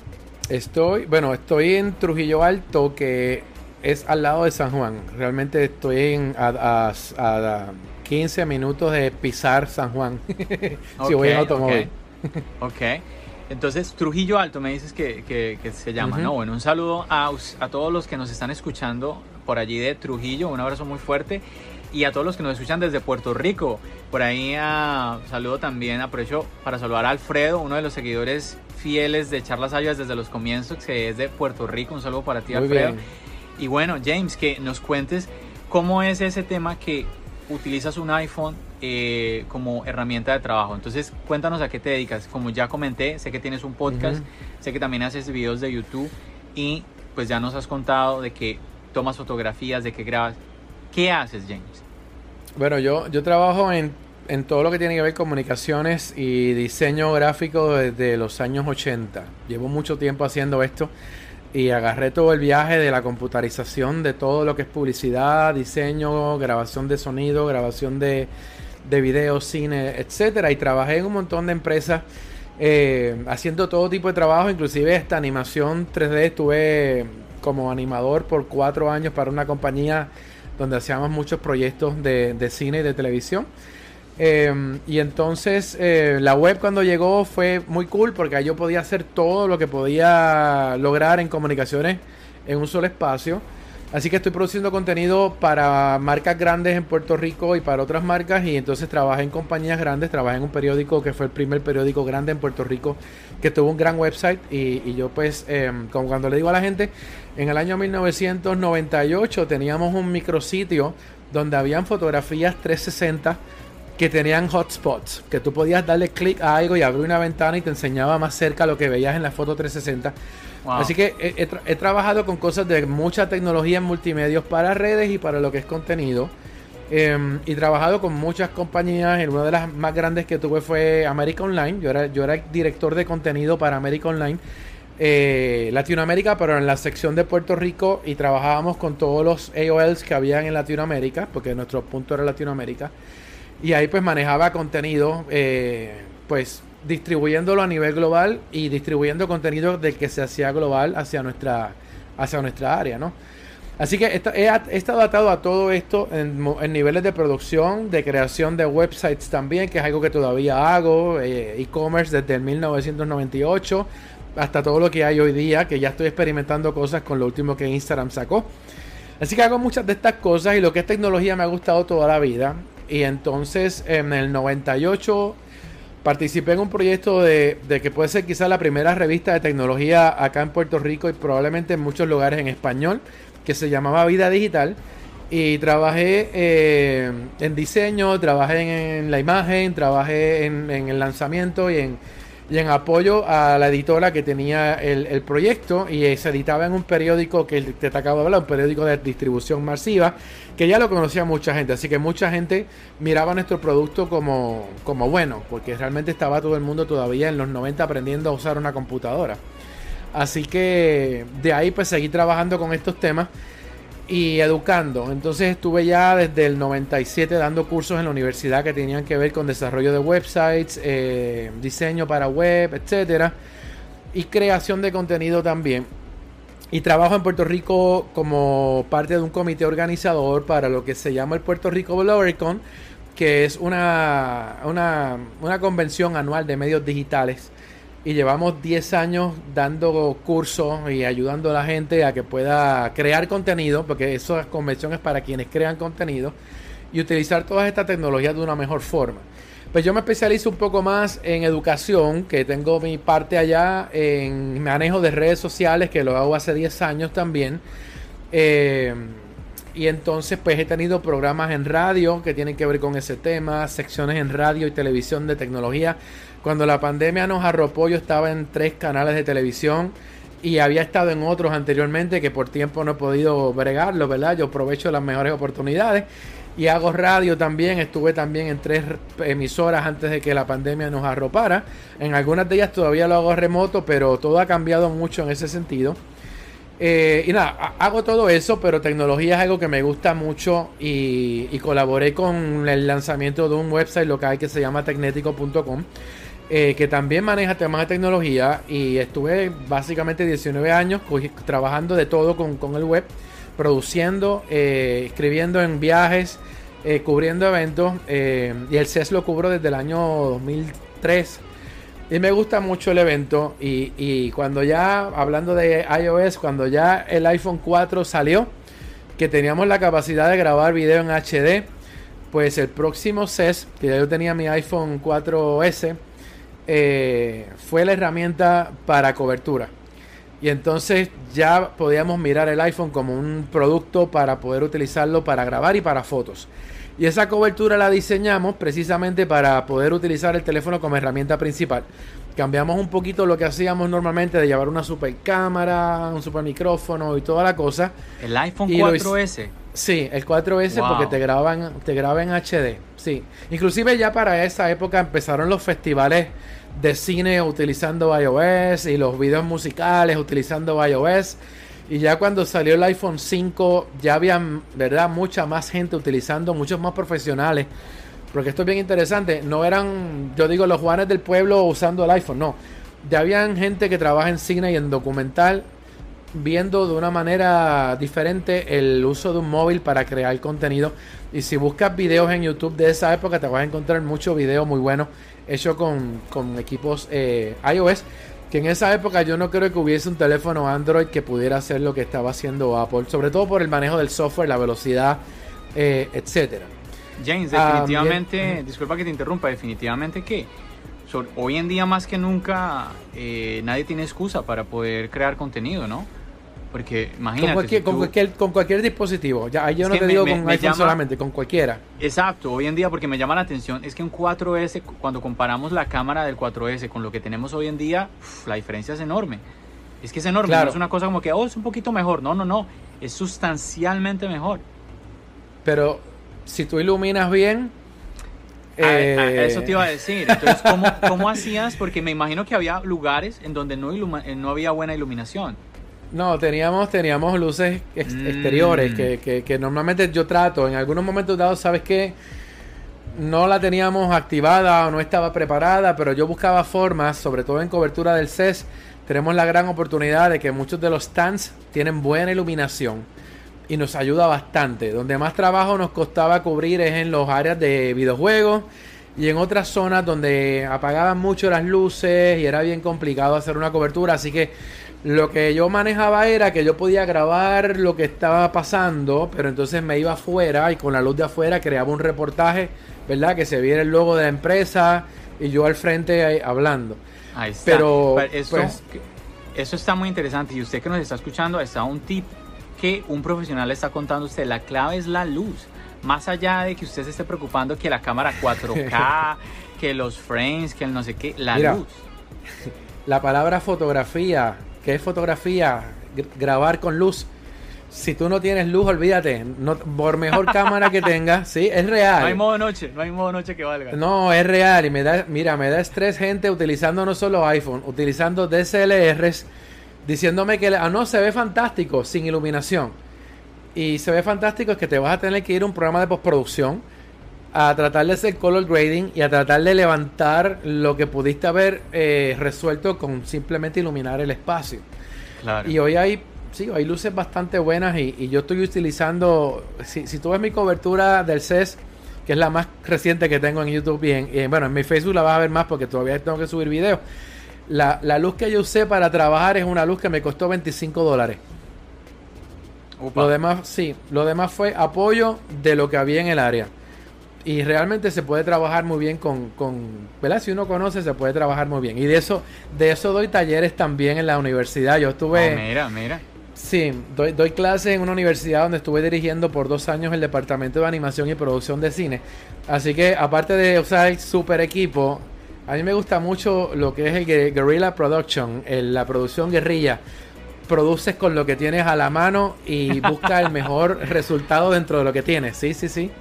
Estoy, bueno, estoy en Trujillo Alto, que es al lado de San Juan. Realmente estoy en, a, a, a quince minutos de pisar San Juan. Okay, si voy en automóvil. Ok. okay. Entonces, Trujillo Alto me dices que, que, que se llama, uh-huh. ¿no? Bueno, un saludo a, a todos los que nos están escuchando por allí de Trujillo, un abrazo muy fuerte. Y a todos los que nos escuchan desde Puerto Rico, por ahí uh, saludo también, aprovecho para saludar a Alfredo, uno de los seguidores fieles de Charlas Ayudas desde los comienzos, que es de Puerto Rico. Un saludo para ti, muy Alfredo. Bien. Y bueno, James, que nos cuentes cómo es ese tema que utilizas un iPhone eh, como herramienta de trabajo. Entonces cuéntanos a qué te dedicas. Como ya comenté, sé que tienes un podcast, uh-huh. sé que también haces videos de YouTube y pues ya nos has contado de que tomas fotografías, de que grabas. ¿Qué haces, James? Bueno, yo, yo trabajo en, en todo lo que tiene que ver con comunicaciones y diseño gráfico desde los años ochenta. Llevo mucho tiempo haciendo esto y agarré todo el viaje de la computarización de todo lo que es publicidad, diseño, grabación de sonido, grabación de, de video, cine, etcétera. Y trabajé en un montón de empresas eh, haciendo todo tipo de trabajo, inclusive esta animación tres D. Estuve como animador por cuatro años para una compañía donde hacíamos muchos proyectos de, de cine y de televisión. Eh, y entonces eh, la web cuando llegó fue muy cool porque ahí yo podía hacer todo lo que podía lograr en comunicaciones en un solo espacio. Así que estoy produciendo contenido para marcas grandes en Puerto Rico y para otras marcas, y entonces trabajé en compañías grandes. Trabajé en un periódico que fue el primer periódico grande en Puerto Rico que tuvo un gran website, y, y yo pues eh, como cuando le digo a la gente, en el año mil novecientos noventa y ocho teníamos un micrositio donde habían fotografías trescientos sesenta que tenían hotspots, que tú podías darle clic a algo y abrir una ventana y te enseñaba más cerca lo que veías en la foto trescientos sesenta. Wow. Así que he, he, tra he trabajado con cosas de mucha tecnología en multimedios para redes y para lo que es contenido. Eh, y trabajado con muchas compañías. En una de las más grandes que tuve fue América Online. Yo era, yo era director de contenido para América Online eh, Latinoamérica, pero en la sección de Puerto Rico, y trabajábamos con todos los A O Ls que habían en Latinoamérica, porque nuestro punto era Latinoamérica. Y ahí pues manejaba contenido, eh, pues distribuyéndolo a nivel global y distribuyendo contenido del que se hacía global hacia nuestra, hacia nuestra área, ¿no? Así que he, he estado atado a todo esto en, en niveles de producción, de creación de websites también, que es algo que todavía hago, eh, e-commerce desde el mil novecientos noventa y ocho hasta todo lo que hay hoy día, que ya estoy experimentando cosas con lo último que Instagram sacó. Así que hago muchas de estas cosas, y lo que es tecnología me ha gustado toda la vida. Y entonces en el noventa y ocho participé en un proyecto de, de que puede ser quizá la primera revista de tecnología acá en Puerto Rico y probablemente en muchos lugares en español, que se llamaba Vida Digital. Y trabajé eh, en diseño, trabajé en, en la imagen, trabajé en, en el lanzamiento y en, y en apoyo a la editora que tenía el, el proyecto, y se editaba en un periódico que te acabo de hablar, un periódico de distribución masiva, que ya lo conocía mucha gente, así que mucha gente miraba nuestro producto como, como bueno, porque realmente estaba todo el mundo todavía en los noventa aprendiendo a usar una computadora. Así que de ahí pues seguí trabajando con estos temas y educando. Entonces estuve ya desde el noventa y siete dando cursos en la universidad que tenían que ver con desarrollo de websites, eh, diseño para web, etcétera, y creación de contenido también. Y trabajo en Puerto Rico como parte de un comité organizador para lo que se llama el Puerto Rico BloggerCon, que es una, una, una convención anual de medios digitales. Y llevamos diez años dando cursos y ayudando a la gente a que pueda crear contenido, porque esa convención es para quienes crean contenido, y utilizar todas estas tecnologías de una mejor forma. Pues yo me especializo un poco más en educación, que tengo mi parte allá en manejo de redes sociales, que lo hago hace diez años también. Eh, y entonces pues he tenido programas en radio que tienen que ver con ese tema, secciones en radio y televisión de tecnología. Cuando la pandemia nos arropó, yo estaba en tres canales de televisión y había estado en otros anteriormente que por tiempo no he podido bregarlo, ¿verdad? Yo aprovecho las mejores oportunidades y hago radio también. Estuve también en tres emisoras antes de que la pandemia nos arropara. En algunas de ellas todavía lo hago remoto, pero todo ha cambiado mucho en ese sentido. Eh, y nada, hago todo eso, pero tecnología es algo que me gusta mucho, y, y colaboré con el lanzamiento de un website local que se llama tecnético punto com. Eh, que también maneja temas de tecnología, y estuve básicamente diecinueve años trabajando de todo con, con el web, produciendo, eh, escribiendo en viajes, eh, cubriendo eventos, eh, y el C E S lo cubro desde el año dos mil tres, y me gusta mucho el evento. Y, y cuando ya, hablando de iOS, cuando ya el iPhone cuatro salió, que teníamos la capacidad de grabar video en H D, pues el próximo C E S, que ya yo tenía mi iPhone cuatro ese, Eh, fue la herramienta para cobertura, y entonces ya podíamos mirar el iPhone como un producto para poder utilizarlo para grabar y para fotos, y esa cobertura la diseñamos precisamente para poder utilizar el teléfono como herramienta principal. Cambiamos un poquito lo que hacíamos normalmente de llevar una super cámara, un super micrófono y toda la cosa. El iPhone cuatro ese. Sí, el cuatro ese, wow. Porque te graban, te graba en H D. Sí. Inclusive ya para esa época empezaron los festivales de cine utilizando iOS y los videos musicales utilizando iOS. Y ya cuando salió el iPhone cinco ya había, ¿verdad?, mucha más gente utilizando, muchos más profesionales porque esto es bien interesante, no eran, yo digo, los Juanes del pueblo usando el iPhone, no. Ya habían gente que trabaja en cine y en documental viendo de una manera diferente el uso de un móvil para crear contenido. Y si buscas videos en YouTube de esa época, te vas a encontrar muchos videos muy buenos hechos con, con equipos eh, iOS. Que en esa época yo no creo que hubiese un teléfono Android que pudiera hacer lo que estaba haciendo Apple, sobre todo por el manejo del software, la velocidad, eh, etcétera. James, definitivamente, Ah, bien. disculpa que te interrumpa, definitivamente que so, hoy en día más que nunca eh, nadie tiene excusa para poder crear contenido, ¿no? Porque imagínate. Con cualquier, si con tú- cualquier, con cualquier dispositivo. Ya, ahí yo Es no que te me- digo me- con me iPhone llama- solamente, con cualquiera. Exacto, hoy en día porque me llama la atención es que un cuatro ese, cuando comparamos la cámara del cuatro ese con lo que tenemos hoy en día, uf, la diferencia es enorme. Es que es enorme, Claro. no es una cosa como que, oh, es un poquito mejor. No, no, no, es sustancialmente mejor. Pero si tú iluminas bien... A- a- eh, eso te iba a decir. Entonces, ¿cómo, cómo hacías? Porque me imagino que había lugares en donde no, iluma- eh, no había buena iluminación. No, teníamos, teníamos luces ex- Mm. exteriores que, que, que normalmente yo trato. En algunos momentos dados, ¿sabes qué? No la teníamos activada o no estaba preparada, pero yo buscaba formas, sobre todo en cobertura del C E S. Tenemos la gran oportunidad de que muchos de los stands tienen buena iluminación y nos ayuda bastante. Donde más trabajo nos costaba cubrir es en los áreas de videojuegos y en otras zonas donde apagaban mucho las luces y era bien complicado hacer una cobertura. Así que lo que yo manejaba era que yo podía grabar lo que estaba pasando, pero entonces me iba afuera y con la luz de afuera creaba un reportaje, ¿verdad? Que se viera el logo de la empresa y yo al frente ahí hablando. Ahí está. Pero, eso, pues- eso está muy interesante. Y usted que nos está escuchando, está un tip que un profesional le está contando a usted. La clave es la luz. Más allá de que usted se esté preocupando que la cámara cuatro K, que los frames, que el no sé qué, la Mira, luz. La palabra fotografía, ¿qué es fotografía? Gr- grabar con luz. Si tú no tienes luz, olvídate. No, por mejor cámara que tengas, sí, es real. No hay modo noche, no hay modo noche que valga. No, es real y me da, mira, me da estrés gente utilizando no solo iPhone, utilizando D S L Rs, diciéndome que, ah, no, se ve fantástico sin iluminación. Y se ve fantástico es que te vas a tener que ir a un programa de postproducción a tratar de hacer color grading y a tratar de levantar lo que pudiste haber eh, resuelto con simplemente iluminar el espacio. Claro. Y hoy hay, sí, hay luces bastante buenas y, y yo estoy utilizando, si, si tú ves mi cobertura del C E S, que es la más reciente que tengo en YouTube y en, y en- bueno, en mi Facebook la vas a ver más porque todavía tengo que subir videos. La, la luz que yo usé para trabajar es una luz que me costó veinticinco dólares. Upa. Lo demás, sí, lo demás fue apoyo de lo que había en el área. Y realmente se puede trabajar muy bien con, con, ¿verdad? Si uno conoce, se puede trabajar muy bien. Y de eso, de eso doy talleres también en la universidad. Yo estuve, Oh, mira, mira. sí, doy, doy clases en una universidad donde estuve dirigiendo por dos años el departamento de animación y producción de cine. Así que aparte de usar super equipo, a mí me gusta mucho lo que es el gue- guerrilla production, el- la producción guerrilla. Produces con lo que tienes a la mano y busca el mejor resultado dentro de lo que tienes. Sí, sí, sí.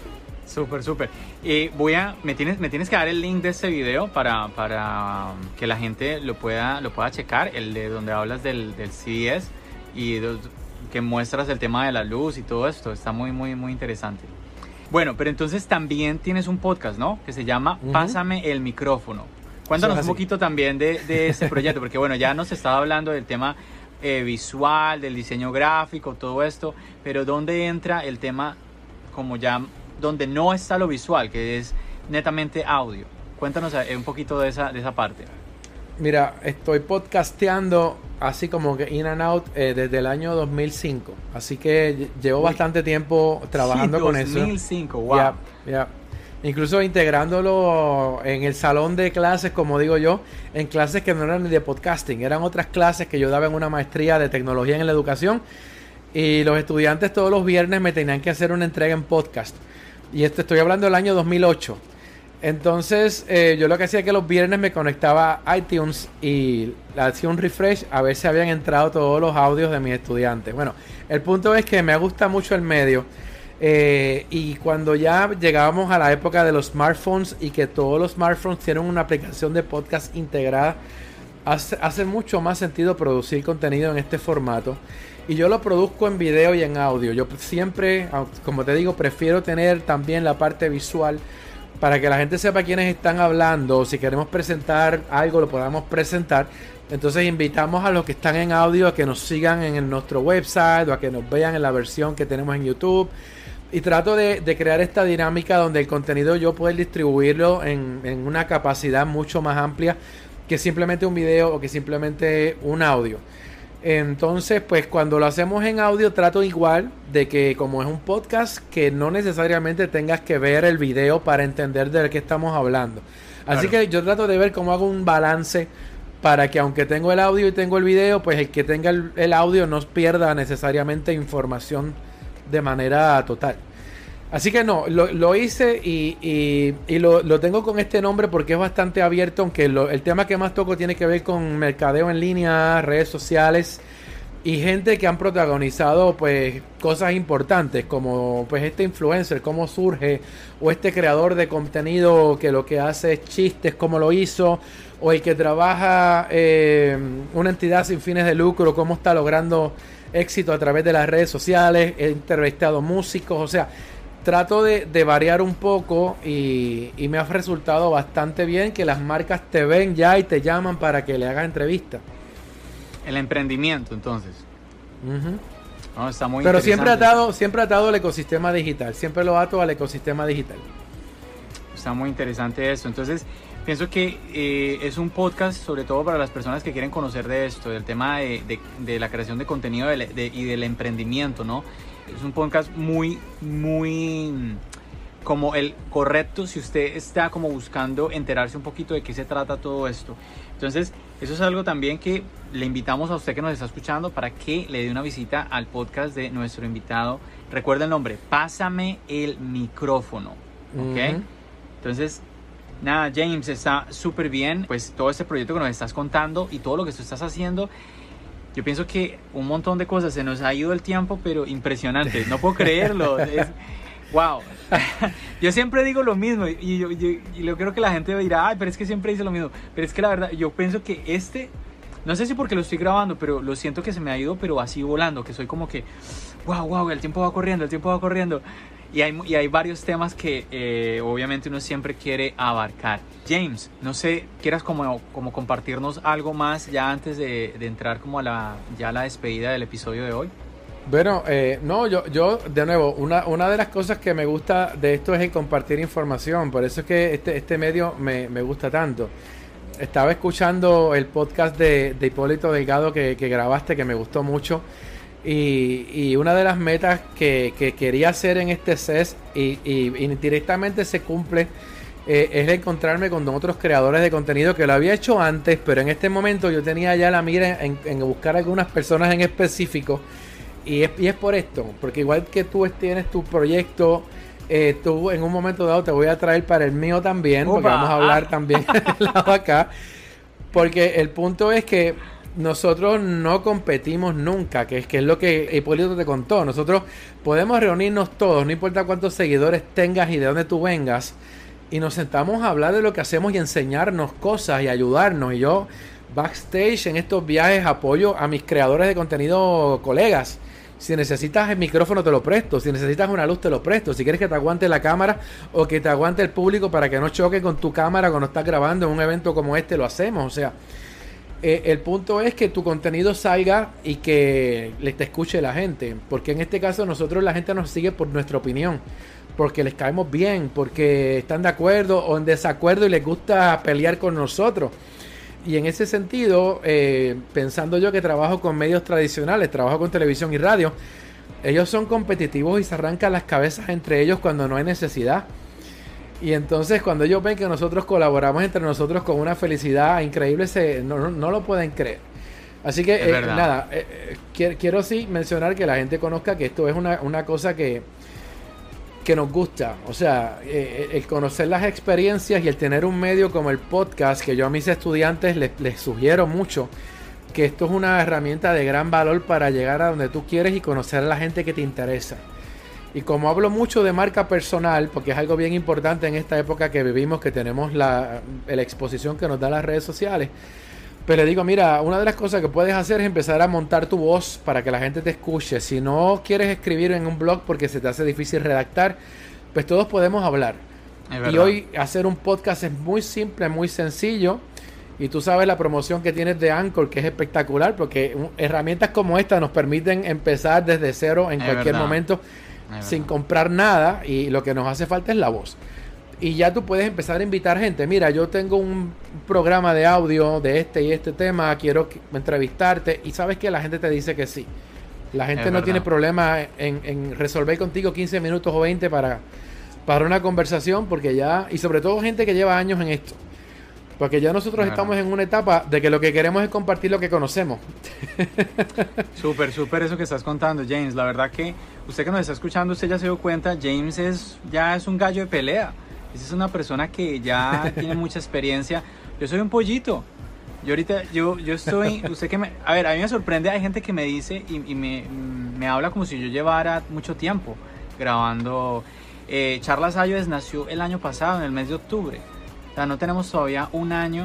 Súper, súper. Y voy a, me tienes, me tienes que dar el link de este video para, para um, que la gente lo pueda, lo pueda checar, el de donde hablas del, del C D S y de- que muestras el tema de la luz y todo esto. Está muy, muy, muy interesante. Bueno, pero entonces también tienes un podcast, ¿no? Que se llama Ujú. Pásame el micrófono. Cuéntanos Eso es un así. poquito también de, de este proyecto, porque bueno, ya nos estaba hablando del tema eh, visual, del diseño gráfico, todo esto, pero ¿dónde entra el tema como ya donde no está lo visual, que es netamente audio? Cuéntanos eh, un poquito de esa, de esa parte. Mira, estoy podcasteando así como que in and out eh, desde el año dos mil cinco. Así que lle- llevo Uy. bastante tiempo trabajando Sí, con eso. dos mil cinco, wow. Ya, ya. Incluso integrándolo en el salón de clases, como digo yo, en clases que no eran ni de podcasting, eran otras clases que yo daba en una maestría de tecnología en la educación. Y los estudiantes todos los viernes me tenían que hacer una entrega en podcast. Y esto estoy hablando del año dos mil ocho. Entonces, eh, yo lo que hacía es que los viernes me conectaba a iTunes y hacía un refresh a ver si habían entrado todos los audios de mis estudiantes. Bueno, el punto es que me gusta mucho el medio. Eh, y cuando ya llegábamos a la época de los smartphones y que todos los smartphones tienen una aplicación de podcast integrada, hace, hace mucho más sentido producir contenido en este formato. Y yo lo produzco en video y en audio. Yo siempre, como te digo, prefiero tener también la parte visual, para que la gente sepa quiénes están hablando. Si queremos presentar algo, lo podamos presentar. Entonces invitamos a los que están en audio a que nos sigan en nuestro website o a que nos vean en la versión que tenemos en YouTube. Y trato de, de crear esta dinámica donde el contenido yo pueda distribuirlo en, en una capacidad mucho más amplia que simplemente un video o que simplemente un audio. Entonces, pues cuando lo hacemos en audio trato igual de que como es un podcast, que no necesariamente tengas que ver el video para entender de qué estamos hablando. Así claro. que yo trato de ver cómo hago un balance para que aunque tengo el audio y tengo el video, pues el que tenga el, el audio no pierda necesariamente información de manera total. Así que no, lo, lo hice y, y, y lo, lo tengo con este nombre porque es bastante abierto, aunque lo, el tema que más toco tiene que ver con mercadeo en línea, redes sociales y gente que han protagonizado pues cosas importantes como pues este influencer, cómo surge, o este creador de contenido que lo que hace es chistes, cómo lo hizo, o el que trabaja eh, una entidad sin fines de lucro, cómo está logrando éxito a través de las redes sociales. He entrevistado músicos, o sea, trato de, de variar un poco y, y me ha resultado bastante bien que las marcas te ven ya y te llaman para que le hagas entrevista. El emprendimiento, entonces. Uh-huh. No, está muy Pero siempre interesante. atado, siempre atado al ecosistema digital, siempre lo ato al ecosistema digital. Está muy interesante esto. Entonces, pienso que eh, es un podcast sobre todo para las personas que quieren conocer de esto, del tema de, de, de la creación de contenido de, de, y del emprendimiento, ¿no? Es un podcast muy, muy como el correcto si usted está como buscando enterarse un poquito de qué se trata todo esto. Entonces, eso es algo también que le invitamos a usted que nos está escuchando para que le dé una visita al podcast de nuestro invitado. Recuerda el nombre, Pásame el Micrófono, ¿ok? Uh-huh. Entonces, nada, James, está súper bien, pues todo este proyecto que nos estás contando y todo lo que tú estás haciendo. Yo pienso que un montón de cosas, se nos ha ido el tiempo, pero impresionante, no puedo creerlo. Es, wow. Yo siempre digo lo mismo y yo, yo, y yo creo que la gente dirá, ay, pero es que siempre dice lo mismo. Pero es que la verdad, yo pienso que este, no sé si porque lo estoy grabando, pero lo siento que se me ha ido, pero así volando, que soy como que, wow, wow, el tiempo va corriendo, el tiempo va corriendo. Y hay, y hay varios temas que eh, obviamente uno siempre quiere abarcar. James, no sé, quieras como, como compartirnos algo más ya antes de, de entrar como a la, ya a la despedida del episodio de hoy. Bueno, eh, no, yo, yo de nuevo, una, una de las cosas que me gusta de esto es el compartir información. Por eso es que este, este medio me, me gusta tanto. Estaba escuchando el podcast de, de Hipólito Delgado que, que grabaste, que me gustó mucho. Y, y una de las metas que, que quería hacer en este C E S y, y indirectamente se cumple eh, es encontrarme con otros creadores de contenido que lo había hecho antes, pero en este momento yo tenía ya la mira en, en buscar algunas personas en específico y es, y es por esto, porque igual que tú tienes tu proyecto, eh, tú en un momento dado te voy a traer para el mío también, porque Upa, vamos a hablar ah. también del lado acá, porque el punto es que nosotros no competimos nunca, que es, que es lo que Hipólito te contó. Nosotros podemos reunirnos todos, no importa cuántos seguidores tengas y de dónde tú vengas, y nos sentamos a hablar de lo que hacemos y enseñarnos cosas y ayudarnos. Y yo, backstage en estos viajes, apoyo a mis creadores de contenido, colegas. Si necesitas el micrófono te lo presto, si necesitas una luz te lo presto, si quieres que te aguante la cámara o que te aguante el público para que no choque con tu cámara cuando estás grabando en un evento como este, lo hacemos. O sea, Eh, el punto es que tu contenido salga y que le te escuche la gente, porque en este caso nosotros la gente nos sigue por nuestra opinión, porque les caemos bien, porque están de acuerdo o en desacuerdo y les gusta pelear con nosotros. Y en ese sentido, eh, pensando yo que trabajo con medios tradicionales, trabajo con televisión y radio, ellos son competitivos y se arrancan las cabezas entre ellos cuando no hay necesidad. Y entonces cuando ellos ven que nosotros colaboramos entre nosotros con una felicidad increíble, se, no, no, no lo pueden creer. Así que eh, nada, eh, eh, quiero, quiero sí mencionar que la gente conozca que esto es una, una cosa que, que nos gusta. O sea, eh, el conocer las experiencias y el tener un medio como el podcast, que yo a mis estudiantes les, les sugiero mucho, que esto es una herramienta de gran valor para llegar a donde tú quieres y conocer a la gente que te interesa. Y como hablo mucho de marca personal, porque es algo bien importante en esta época que vivimos, que tenemos la, la exposición que nos dan las redes sociales, pues le digo, mira, una de las cosas que puedes hacer es empezar a montar tu voz para que la gente te escuche. Si no quieres escribir en un blog porque se te hace difícil redactar, pues todos podemos hablar. Y hoy hacer un podcast es muy simple, muy sencillo. Y tú sabes la promoción que tienes de Anchor, que es espectacular, porque herramientas como esta nos permiten empezar desde cero en es cualquier verdad. momento es sin verdad. comprar nada. Y lo que nos hace falta es la voz. Y ya tú puedes empezar a invitar gente. Mira, yo tengo un programa de audio de este y este tema, quiero entrevistarte. Y sabes que la gente te dice que sí. La gente es no verdad. tiene problema en, en resolver contigo quince minutos o veinte para... para una conversación, porque ya, y sobre todo gente que lleva años en esto, porque ya nosotros claro. estamos en una etapa de que lo que queremos es compartir lo que conocemos. Súper, súper eso que estás contando, James. La verdad que usted que nos está escuchando, usted ya se dio cuenta, James es ya es un gallo de pelea. Esa es una persona que ya tiene mucha experiencia. Yo soy un pollito. Yo ahorita, yo, yo estoy, usted que me, a ver, a mí me sorprende, hay gente que me dice y, y me, me habla como si yo llevara mucho tiempo grabando. Eh, Charlas iOS nació el año pasado, en el mes de octubre. O sea, no tenemos todavía un año.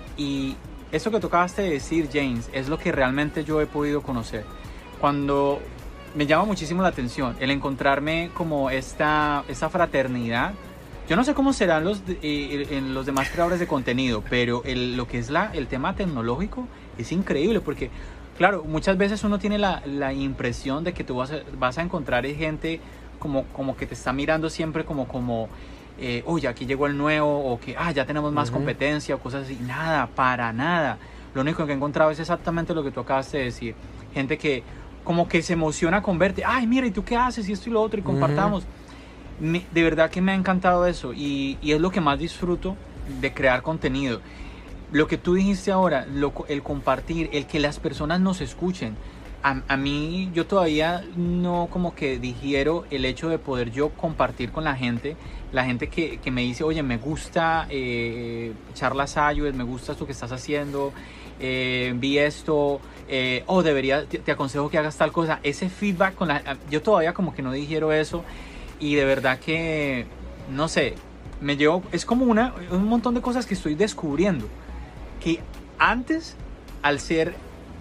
Y eso que tú acabaste de decir, James, es lo que realmente yo he podido conocer. Cuando me llama muchísimo la atención el encontrarme como esta, esta fraternidad. Yo no sé cómo serán los, eh, en los demás creadores de contenido, pero el, lo que es la, el tema tecnológico es increíble porque, claro, muchas veces uno tiene la, la impresión de que tú vas a, vas a encontrar gente como, como que te está mirando siempre como, como eh, oye, aquí llegó el nuevo, o que ah, ya tenemos más uh-huh. competencia, o cosas así. Nada, para nada. Lo único que he encontrado es exactamente lo que tú acabas de decir. Gente que como que se emociona con verte. Ay, mira, ¿y tú qué haces? Y esto y lo otro, y compartamos. Uh-huh. Me, de verdad que me ha encantado eso, y, y es lo que más disfruto de crear contenido. Lo que tú dijiste ahora, lo, el compartir, el que las personas nos escuchen. A, a mí, yo todavía no como que digiero el hecho de poder yo compartir con la gente, la gente que, que me dice, oye, me gusta eh, Charlas iOS, me gusta esto que estás haciendo, eh, vi esto, eh, oh, debería, te, te aconsejo que hagas tal cosa. Ese feedback, con la, yo todavía como que no digiero eso, y de verdad que, no sé, me llevo, es como una, un montón de cosas que estoy descubriendo, que antes, al ser...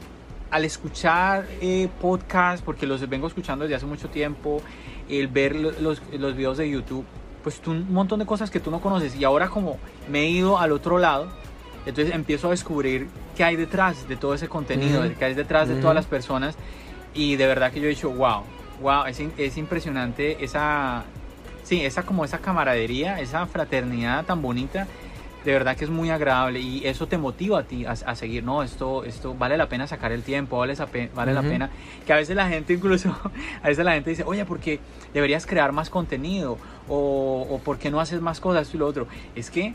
al escuchar eh, podcasts, porque los vengo escuchando desde hace mucho tiempo, el ver los, los videos de YouTube, pues tú, un montón de cosas que tú no conoces, y ahora como me he ido al otro lado, entonces empiezo a descubrir qué hay detrás de todo ese contenido, uh-huh. qué hay detrás uh-huh. de todas las personas, y de verdad que yo he dicho, wow, wow, es, es impresionante esa, sí, esa como esa camaradería, esa fraternidad tan bonita. De verdad que es muy agradable, y eso te motiva a ti a, a seguir. No, esto, esto vale la pena sacar el tiempo, vale, vale uh-huh. la pena. Que a veces la gente incluso, a veces la gente dice, oye, ¿por qué deberías crear más contenido? O, o ¿por qué no haces más cosas? Esto y lo otro. Es que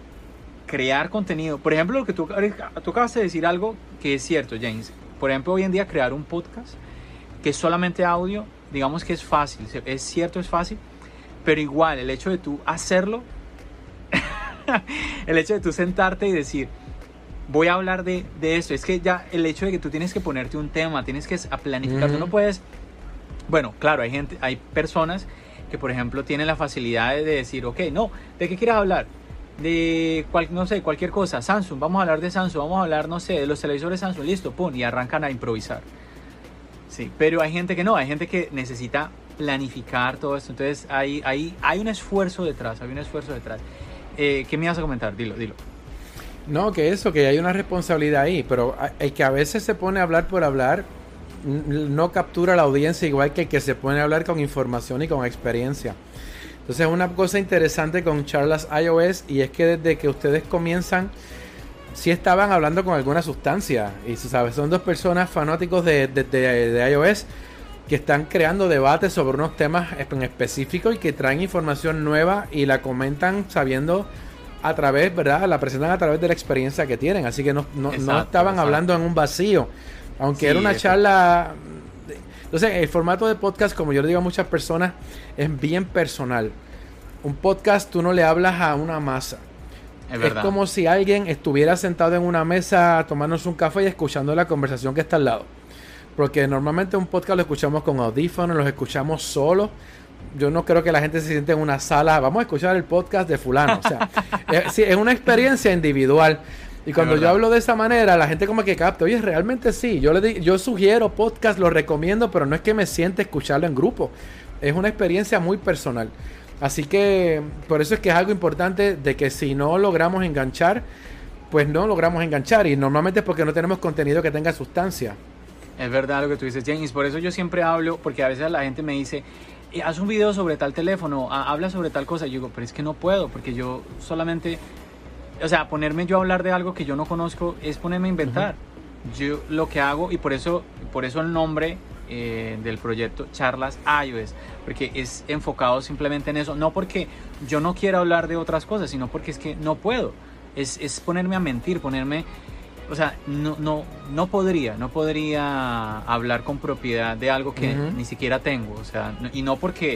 crear contenido, por ejemplo, lo que tú, tú acabas de decir algo que es cierto, James. Por ejemplo, hoy en día crear un podcast que es solamente audio, digamos que es fácil. Es cierto, es fácil, pero igual el hecho de tú hacerlo, el hecho de tú sentarte y decir, voy a hablar de, de esto, es que ya el hecho de que tú tienes que ponerte un tema, tienes que planificar, uh-huh. tú no puedes, bueno, claro, hay gente, hay personas que por ejemplo tienen la facilidad de decir, ok, no, ¿de qué quieres hablar? De, cual, no sé, cualquier cosa, Samsung, vamos a hablar de Samsung, vamos a hablar, no sé, de los televisores Samsung, listo, pum, y arrancan a improvisar. Sí, pero hay gente que no, hay gente que necesita planificar todo esto, entonces hay, hay, hay un esfuerzo detrás, hay un esfuerzo detrás. Eh, ¿Qué me ibas a comentar? Dilo, dilo. No, que eso, que hay una responsabilidad ahí, pero el que a veces se pone a hablar por hablar no captura la audiencia igual que el que se pone a hablar con información y con experiencia. Entonces una cosa interesante con Charlas iOS, y es que desde que ustedes comienzan sí estaban hablando con alguna sustancia, y sabes, son dos personas fanáticos de, de, de, de iOS que están creando debates sobre unos temas en específico y que traen información nueva y la comentan sabiendo a través, ¿verdad? La presentan a través de la experiencia que tienen. Así que no, no, exacto, no estaban exacto. hablando en un vacío, aunque sí, era una eso. charla. Entonces, el formato de podcast, como yo le digo a muchas personas, es bien personal. Un podcast tú no le hablas a una masa. Es, es como si alguien estuviera sentado en una mesa tomándose un café y escuchando la conversación que está al lado. Porque normalmente un podcast lo escuchamos con audífonos, los escuchamos solos. Yo no creo que la gente se siente en una sala, vamos a escuchar el podcast de fulano. O sea, es, sí, es una experiencia individual. Y cuando yo hablo de esa manera, la gente como que capta, oye, realmente sí. Yo le di, yo sugiero podcast, lo recomiendo, pero no es que me siente escucharlo en grupo. Es una experiencia muy personal. Así que por eso es que es algo importante de que si no logramos enganchar, pues no logramos enganchar. Y normalmente es porque no tenemos contenido que tenga sustancia. Es verdad lo que tú dices, James. Por eso yo siempre hablo, porque a veces la gente me dice, eh, haz un video sobre tal teléfono, ah, habla sobre tal cosa. Y yo digo, pero es que no puedo, porque yo solamente... O sea, ponerme yo a hablar de algo que yo no conozco es ponerme a inventar. Uh-huh. Yo lo que hago, y por eso, por eso el nombre eh, del proyecto Charlas iOS, porque es enfocado simplemente en eso. No porque yo no quiera hablar de otras cosas, sino porque es que no puedo. Es, es ponerme a mentir, ponerme... O sea, no, no, no podría, no podría hablar con propiedad de algo que uh-huh. ni siquiera tengo. O sea, no, y no porque...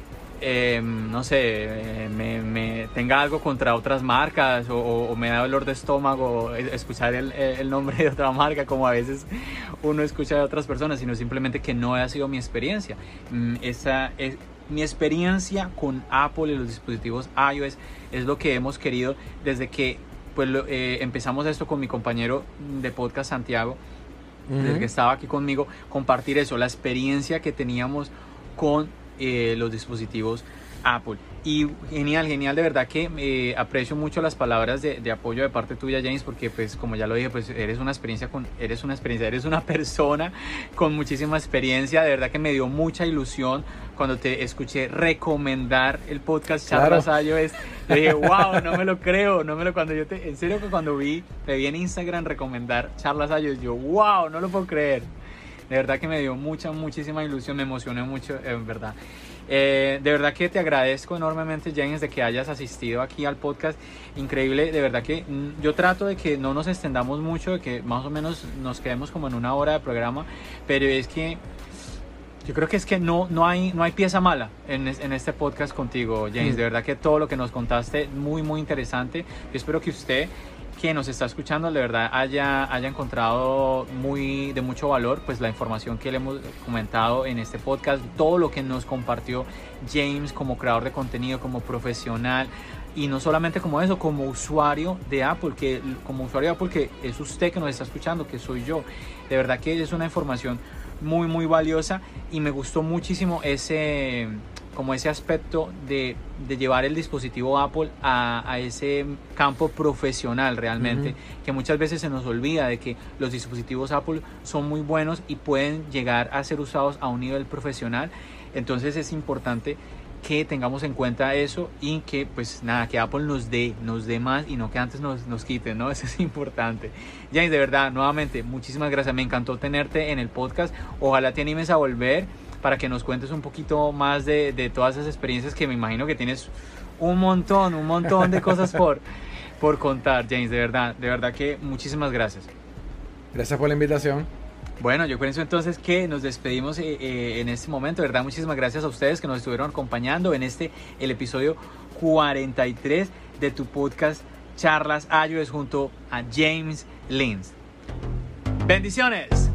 Eh, no sé, eh, me, me tenga algo contra otras marcas o, o me da dolor de estómago escuchar el, el nombre de otra marca, como a veces uno escucha de otras personas, sino simplemente que no ha sido mi experiencia. Esa es mi experiencia con Apple y los dispositivos iOS, es lo que hemos querido desde que pues, lo, eh, empezamos esto con mi compañero de podcast Santiago, uh-huh. desde que estaba aquí conmigo, compartir eso, la experiencia que teníamos con Eh, los dispositivos Apple. Y genial, genial, de verdad que eh, aprecio mucho las palabras de, de apoyo de parte tuya, James, porque pues como ya lo dije, pues eres una experiencia con, eres una experiencia, eres una persona con muchísima experiencia. De verdad que me dio mucha ilusión cuando te escuché recomendar el podcast Charlas claro. iOS. Yo dije, wow, no me lo creo, no me lo cuando yo te, en serio que cuando vi, te vi en Instagram recomendar Charlas iOS, yo, wow, no lo puedo creer. De verdad que me dio mucha, muchísima ilusión, me emocioné mucho, en verdad. Eh, de verdad que te agradezco enormemente, James, de que hayas asistido aquí al podcast. Increíble, de verdad que yo trato de que no nos extendamos mucho, de que más o menos nos quedemos como en una hora de programa, pero es que yo creo que es que no, no, hay, no hay pieza mala en, en este podcast contigo, James. Mm. De verdad que todo lo que nos contaste, muy, muy interesante. Yo espero que usted... que nos está escuchando, de verdad haya, haya encontrado muy, de mucho valor pues la información que le hemos comentado en este podcast, todo lo que nos compartió James como creador de contenido, como profesional, y no solamente como eso, como usuario de Apple, que como usuario de Apple que es usted que nos está escuchando, que soy yo. De verdad que es una información muy muy valiosa y me gustó muchísimo ese... como ese aspecto de, de llevar el dispositivo Apple a, a ese campo profesional realmente, uh-huh. que muchas veces se nos olvida de que los dispositivos Apple son muy buenos y pueden llegar a ser usados a un nivel profesional. Entonces es importante que tengamos en cuenta eso y que pues nada, que Apple nos dé, nos dé más y no que antes nos, nos quiten, ¿no? Eso es importante. James, de verdad, nuevamente, muchísimas gracias, me encantó tenerte en el podcast, ojalá te animes a volver para que nos cuentes un poquito más de, de todas esas experiencias que me imagino que tienes un montón, un montón de cosas por, por contar, James, de verdad, de verdad que muchísimas gracias. Gracias por la invitación. Bueno, yo pienso entonces que nos despedimos eh, eh, en este momento, de verdad, muchísimas gracias a ustedes que nos estuvieron acompañando en este, el episodio cuarenta y tres de tu podcast Charlas iOS junto a James Lins. Bendiciones.